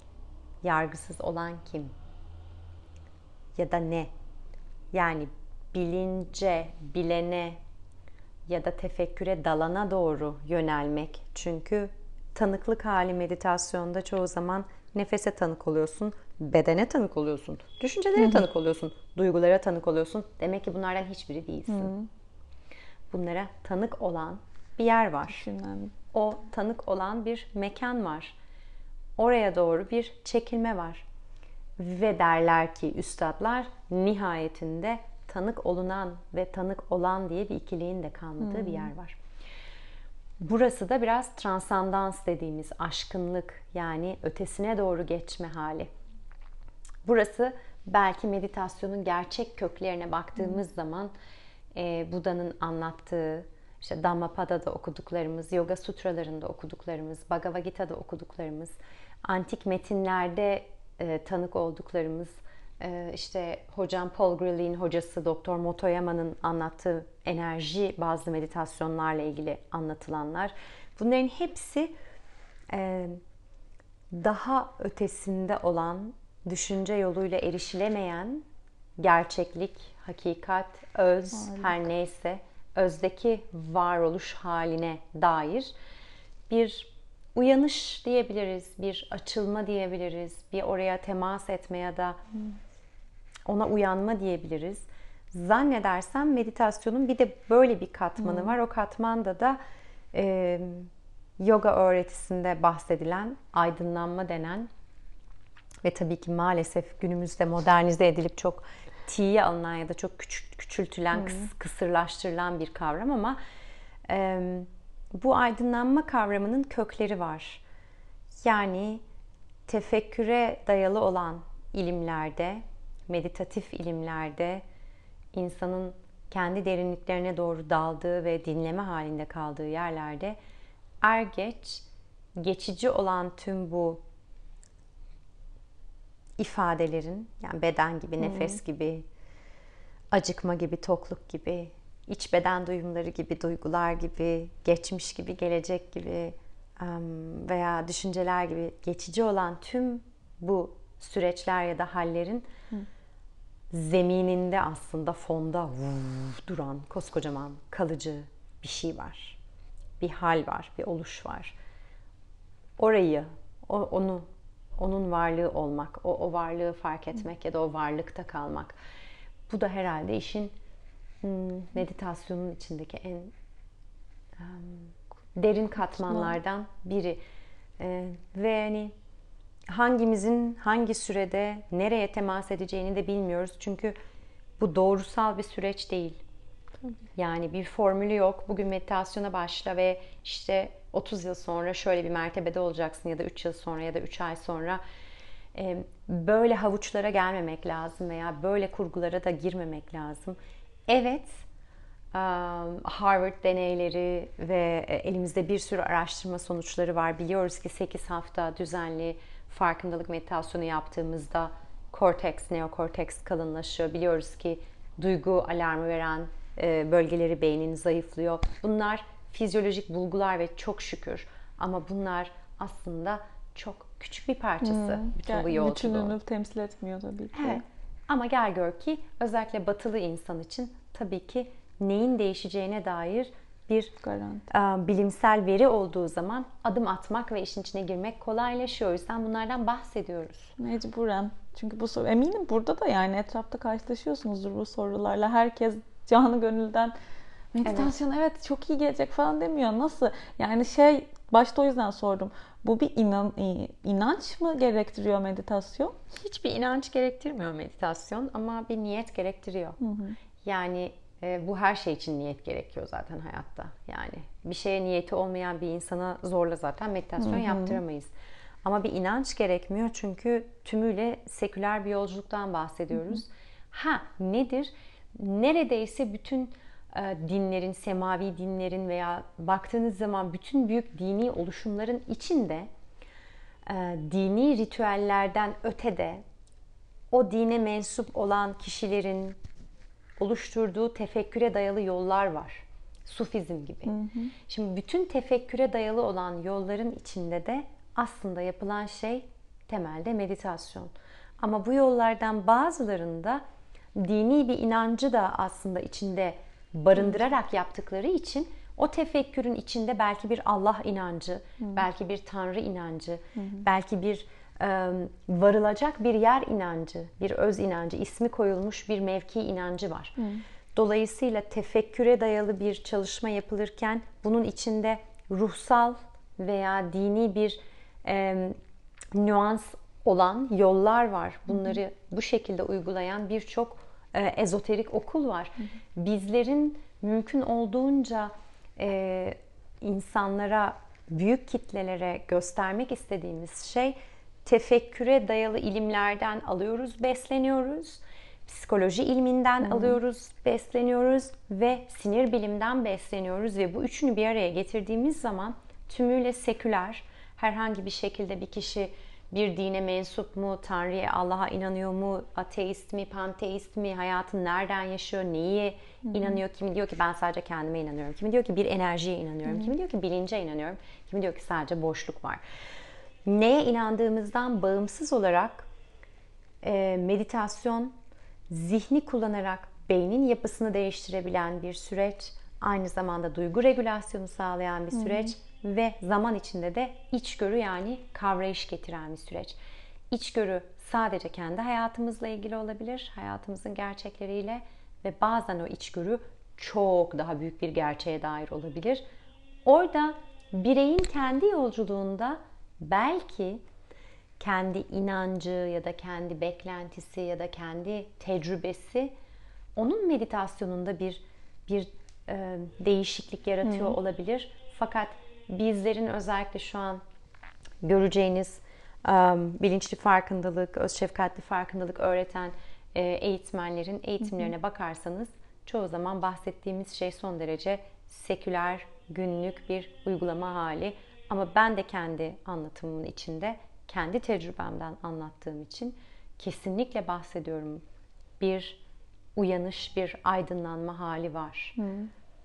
Yargısız olan kim? Ya da ne? Yani bilince, bilene ya da tefekküre, dalana doğru yönelmek. Çünkü tanıklık hali meditasyonda çoğu zaman nefese tanık oluyorsun, bedene tanık oluyorsun, düşüncelere tanık oluyorsun, duygulara tanık oluyorsun. Demek ki bunlardan hiçbiri değilsin. Hı. Bunlara tanık olan bir yer var. Düşünen. O tanık olan bir mekan var. Oraya doğru bir çekilme var. Ve derler ki üstadlar, nihayetinde tanık olunan ve tanık olan diye bir ikiliğin de kalmadığı hmm. bir yer var. Burası da biraz transandans dediğimiz aşkınlık, yani ötesine doğru geçme hali. Burası belki meditasyonun gerçek köklerine baktığımız hmm. zaman e, Buda'nın anlattığı, işte Dhammapada'da okuduklarımız, Yoga Sutralarında okuduklarımız, Bhagavad Gita'da okuduklarımız, antik metinlerde e, tanık olduklarımız, e, işte hocam Paul Grilly'in hocası Doktor Motoyama'nın anlattığı enerji bazlı meditasyonlarla ilgili anlatılanlar. Bunların hepsi e, daha ötesinde olan, düşünce yoluyla erişilemeyen gerçeklik, hakikat, öz, Harika. her neyse özdeki varoluş haline dair bir uyanış diyebiliriz, bir açılma diyebiliriz, bir oraya temas etme ya da ona uyanma diyebiliriz. Zannedersem meditasyonun bir de böyle bir katmanı hmm. var. O katmanda da e, yoga öğretisinde bahsedilen aydınlanma denen ve tabii ki maalesef günümüzde modernize edilip çok tiye alınan ya da çok küçük, küçültülen, hmm. kısırlaştırılan bir kavram ama e, bu aydınlanma kavramının kökleri var. Yani tefekküre dayalı olan ilimlerde, meditatif ilimlerde insanın kendi derinliklerine doğru daldığı ve dinleme halinde kaldığı yerlerde er geç geçici olan tüm bu ifadelerin, yani beden gibi, hmm. nefes gibi, acıkma gibi, tokluk gibi, iç beden duyumları gibi, duygular gibi, geçmiş gibi, gelecek gibi veya düşünceler gibi geçici olan tüm bu süreçler ya da hallerin hmm. zemininde aslında fonda vuf, duran koskocaman kalıcı bir şey var. Bir hal var, bir oluş var. Orayı, o, onu, onun varlığı olmak, o, o varlığı fark etmek ya da o varlıkta kalmak. Bu da herhalde işin hmm, meditasyonun içindeki en um, derin katmanlardan biri. Ee, ve hani hangimizin hangi sürede nereye temas edeceğini de bilmiyoruz. Çünkü bu doğrusal bir süreç değil. Yani bir formülü yok. Bugün meditasyona başla ve işte otuz yıl sonra şöyle bir mertebede olacaksın ya da üç yıl sonra ya da üç ay sonra. Böyle havuçlara gelmemek lazım veya böyle kurgulara da girmemek lazım. Evet, Harvard deneyleri ve elimizde bir sürü araştırma sonuçları var. Biliyoruz ki sekiz hafta düzenli farkındalık meditasyonu yaptığımızda korteks, neokorteks kalınlaşıyor. Biliyoruz ki duygu alarmı veren bölgeleri beynin zayıflıyor. Bunlar fizyolojik bulgular ve çok şükür. Ama bunlar aslında çok küçük bir parçası hmm, bütün yani bu yolculuğun. Bütününü temsil etmiyor tabii ki. Evet. Ama gel gör ki özellikle batılı insan için tabii ki neyin değişeceğine dair bir garanti, bilimsel veri olduğu zaman adım atmak ve işin içine girmek kolaylaşıyor. O yüzden bunlardan bahsediyoruz. Mecburen. Çünkü bu soru, eminim burada da yani etrafta karşılaşıyorsunuzdur bu sorularla. Herkes canı gönülden meditasyon evet. evet çok iyi gelecek falan demiyor. Nasıl? Yani şey, başta o yüzden sordum. Bu bir inan, inanç mı gerektiriyor meditasyon? Hiçbir inanç gerektirmiyor meditasyon ama bir niyet gerektiriyor. Hı hı. Yani e, bu her şey için niyet gerekiyor zaten hayatta. Yani bir şeye niyeti olmayan bir insana zorla zaten meditasyon hı hı. yaptıramayız. Ama bir inanç gerekmiyor çünkü tümüyle seküler bir yolculuktan bahsediyoruz. Hı hı. Ha nedir? Neredeyse bütün e, dinlerin, semavi dinlerin veya baktığınız zaman bütün büyük dini oluşumların içinde e, dini ritüellerden ötede o dine mensup olan kişilerin oluşturduğu tefekküre dayalı yollar var. Sufizm gibi. Hı hı. Şimdi bütün tefekküre dayalı olan yolların içinde de aslında yapılan şey temelde meditasyon. Ama bu yollardan bazılarında dini bir inancı da aslında içinde barındırarak yaptıkları için o tefekkürün içinde belki bir Allah inancı, Hı. belki bir Tanrı inancı, Hı. belki bir e, varılacak bir yer inancı, bir öz inancı, ismi koyulmuş bir mevki inancı var. Hı. Dolayısıyla tefekküre dayalı bir çalışma yapılırken bunun içinde ruhsal veya dini bir e, nüans olan yollar var. Bunları Hı. bu şekilde uygulayan birçok e, ezoterik okul var. Hı. Bizlerin mümkün olduğunca e, insanlara, büyük kitlelere göstermek istediğimiz şey, tefekküre dayalı ilimlerden alıyoruz, besleniyoruz. Psikoloji ilminden hmm. alıyoruz, besleniyoruz ve sinir bilimden besleniyoruz ve bu üçünü bir araya getirdiğimiz zaman tümüyle seküler, herhangi bir şekilde bir kişi bir dine mensup mu, Tanrı'ya, Allah'a inanıyor mu, ateist mi, panteist mi, hayatını nereden yaşıyor, neyi hmm. inanıyor, kimi diyor ki ben sadece kendime inanıyorum, kimi diyor ki bir enerjiye inanıyorum, hmm. kimi diyor ki bilince inanıyorum, kimi diyor ki sadece boşluk var. Neye inandığımızdan bağımsız olarak e, meditasyon, zihni kullanarak beynin yapısını değiştirebilen bir süreç, aynı zamanda duygu regülasyonu sağlayan bir süreç Hı-hı. ve zaman içinde de içgörü, yani kavrayış getiren bir süreç. İçgörü sadece kendi hayatımızla ilgili olabilir, hayatımızın gerçekleriyle ve bazen o içgörü çok daha büyük bir gerçeğe dair olabilir. Orada bireyin kendi yolculuğunda belki kendi inancı ya da kendi beklentisi ya da kendi tecrübesi onun meditasyonunda bir bir e, değişiklik yaratıyor Hı. olabilir. Fakat bizlerin özellikle şu an göreceğiniz e, bilinçli farkındalık, öz şefkatli farkındalık öğreten e, eğitmenlerin eğitimlerine Hı. bakarsanız çoğu zaman bahsettiğimiz şey son derece seküler, günlük bir uygulama hali. Ama ben de kendi anlatımımın içinde, kendi tecrübemden anlattığım için kesinlikle bahsediyorum. Bir uyanış, bir aydınlanma hali var. Hı.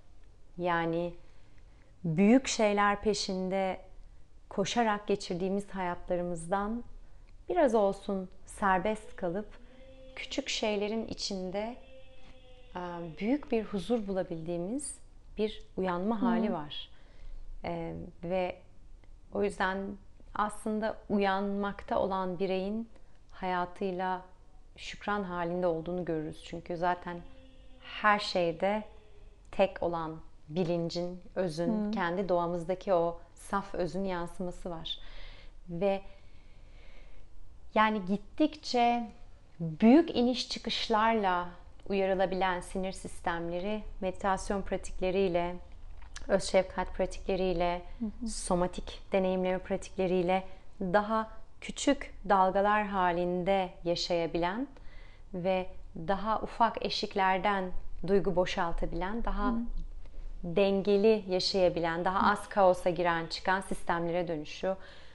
Yani büyük şeyler peşinde koşarak geçirdiğimiz hayatlarımızdan biraz olsun serbest kalıp küçük şeylerin içinde büyük bir huzur bulabildiğimiz bir uyanma Hı. hali var. Ee, ve o yüzden aslında uyanmakta olan bireyin hayatıyla şükran halinde olduğunu görürüz. Çünkü zaten her şeyde tek olan bilincin, özün, hmm. kendi doğamızdaki o saf özün yansıması var. Ve yani gittikçe büyük iniş çıkışlarla uyarılabilen sinir sistemleri meditasyon pratikleriyle, öz şefkat pratikleriyle, hı hı. somatik deneyimleme pratikleriyle daha küçük dalgalar halinde yaşayabilen ve daha ufak eşiklerden duygu boşaltabilen, daha hı. dengeli yaşayabilen, daha az kaosa giren çıkan sistemlere dönüşüyor.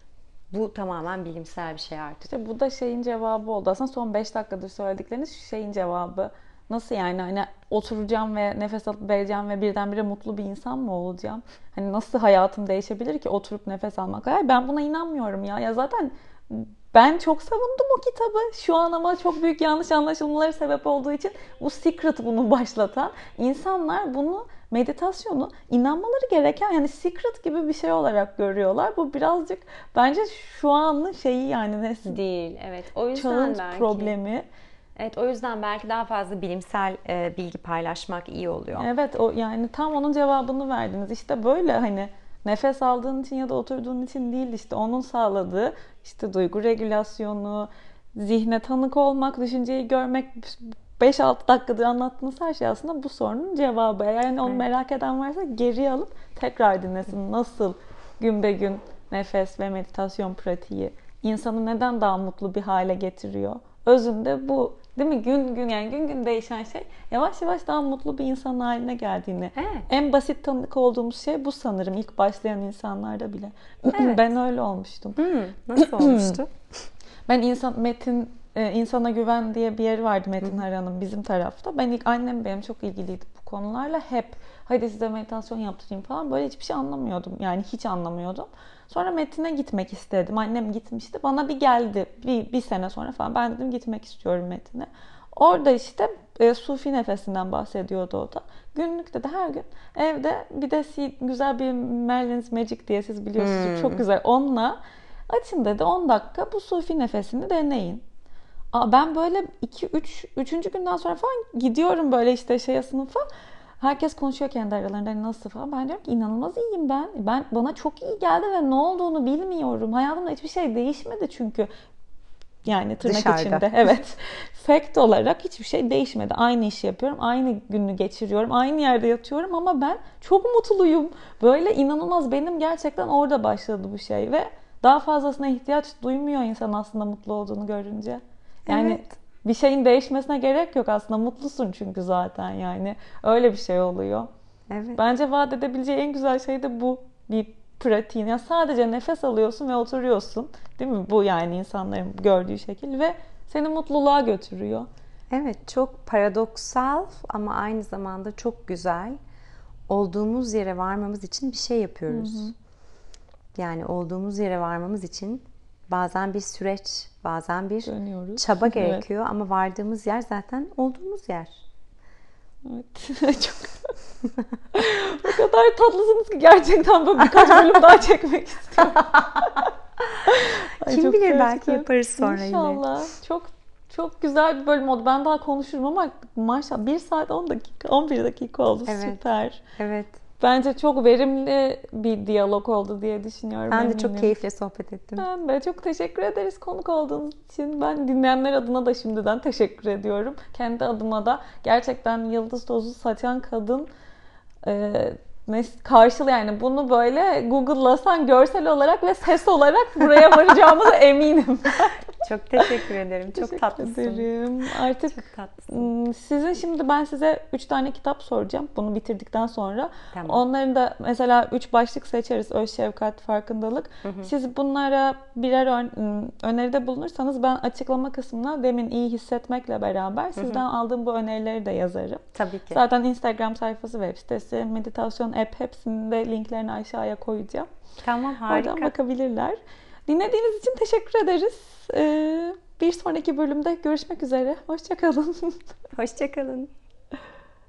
Bu tamamen bilimsel bir şey artık. İşte bu da şeyin cevabı oldu. Aslında son beş dakikadır söyledikleriniz şeyin cevabı. Nasıl yani? Hani oturacağım ve nefes alıp vereceğim ve birdenbire mutlu bir insan mı olacağım? Hani nasıl hayatım değişebilir ki oturup nefes almak? Hayır, ben buna inanmıyorum ya. Ya zaten ben çok savundum o kitabı. Şu an ama çok büyük yanlış anlaşılmaları sebep olduğu için bu Secret bunu başlatan. İnsanlar bunu, meditasyonu inanmaları gereken, yani Secret gibi bir şey olarak görüyorlar. Bu birazcık bence şu anın şeyi, yani nesil değil. Evet. O yüzden challenge belki problemi. Evet, o yüzden belki daha fazla bilimsel e, bilgi paylaşmak iyi oluyor. Evet, o yani tam onun cevabını verdiniz. İşte böyle hani nefes aldığın için ya da oturduğun için değil, işte onun sağladığı işte duygu regülasyonu, zihne tanık olmak, düşünceyi görmek, beş altı dakikadır anlattığınız her şey aslında bu sorunun cevabı. Yani onu evet. merak eden varsa geriye alıp tekrar dinlesin. Nasıl gün be gün nefes ve meditasyon pratiği insanı neden daha mutlu bir hale getiriyor? Özünde bu, değil mi? Gün gün yani gün gün değişen şey yavaş yavaş daha mutlu bir insan haline geldiğini. Evet. En basit tanık olduğumuz şey bu sanırım, ilk başlayan insanlarda bile. Evet. Ben öyle olmuştum. Hmm, nasıl olmuştu? Ben insan Metin e, insana güven diye bir yeri vardı Metin Haran'ın bizim tarafta. Ben ilk annem benim çok ilgiliydi bu konularla, hep hadi size meditasyon yaptırayım falan, böyle hiçbir şey anlamıyordum. Yani hiç anlamıyordum. Sonra Metin'e gitmek istedim. Annem gitmişti. Bana bir geldi. Bir, bir sene sonra falan. Ben dedim gitmek istiyorum Metin'e. Orada işte e, Sufi nefesinden bahsediyordu o da. Günlükte de her gün evde bir de si, güzel bir Merlin's Magic diye siz biliyorsunuz. Hmm. Çok güzel. Onunla açın dedi on dakika bu Sufi nefesini deneyin. Aa, ben böyle iki üç üçüncü günden sonra falan gidiyorum böyle işte şeye sınıfa. Herkes konuşuyor kendi aralarında hani nasıl falan. Ben diyorum ki inanılmaz iyiyim ben. Ben bana çok iyi geldi ve ne olduğunu bilmiyorum. Hayatımda hiçbir şey değişmedi çünkü. Yani tırnak dışarıda. içinde. Evet. Fact olarak hiçbir şey değişmedi. Aynı işi yapıyorum. Aynı günü geçiriyorum. Aynı yerde yatıyorum ama ben çok mutluyum. Böyle inanılmaz. Benim gerçekten orada başladı bu şey ve daha fazlasına ihtiyaç duymuyor insan aslında mutlu olduğunu görünce. Yani evet. Bir şeyin değişmesine gerek yok aslında. Mutlusun çünkü zaten yani. Öyle bir şey oluyor. Evet. Bence vaat edebileceği en güzel şey de bu. Bir pratiğin. Yani sadece nefes alıyorsun ve oturuyorsun. Değil mi? Bu yani insanların gördüğü şekil ve seni mutluluğa götürüyor. Evet, çok paradoksal ama aynı zamanda çok güzel. Olduğumuz yere varmamız için bir şey yapıyoruz. Hı hı. Yani olduğumuz yere varmamız için bazen bir süreç, bazen bir Dönüyoruz. çaba gerekiyor evet. Ama vardığımız yer zaten olduğumuz yer. Evet. Çok o kadar tatlısınız ki gerçekten böyle birkaç bölüm daha çekmek istiyorum. Ay, kim bilir gerçekten. Belki yaparız sonra İnşallah. Yine. İnşallah. Çok çok güzel bir bölüm oldu. Ben daha konuşurum ama maşallah bir saat on dakika, on bir dakika oldu. Evet. Süper. Evet. Bence çok verimli bir diyalog oldu diye düşünüyorum. Ben eminim. de çok keyifle sohbet ettim. Ben de çok teşekkür ederiz konuk olduğunuz için. Ben dinleyenler adına da şimdiden teşekkür ediyorum. Kendi adıma da gerçekten yıldız tozu saçan kadın e, karşılı yani bunu böyle Google'lasan görsel olarak ve ses olarak buraya varacağımıza eminim. Çok teşekkür ederim. Çok teşekkür tatlısın. ederim. Artık çok tatlısın. Sizin şimdi ben size üç tane kitap soracağım. Bunu bitirdikten sonra. Tamam. Onların da mesela üç başlık seçeriz. Öz şefkat, farkındalık. Hı hı. Siz bunlara birer ön, öneride bulunursanız ben açıklama kısmına demin iyi hissetmekle beraber sizden hı hı. aldığım bu önerileri de yazarım. Tabii ki. Zaten Instagram sayfası, web sitesi, meditasyon app hepsinin de linklerini aşağıya koyacağım. Tamam, harika. Oradan bakabilirler. Dinlediğiniz için teşekkür ederiz. Ee, bir sonraki bölümde görüşmek üzere. Hoşça kalın. Hoşça kalın.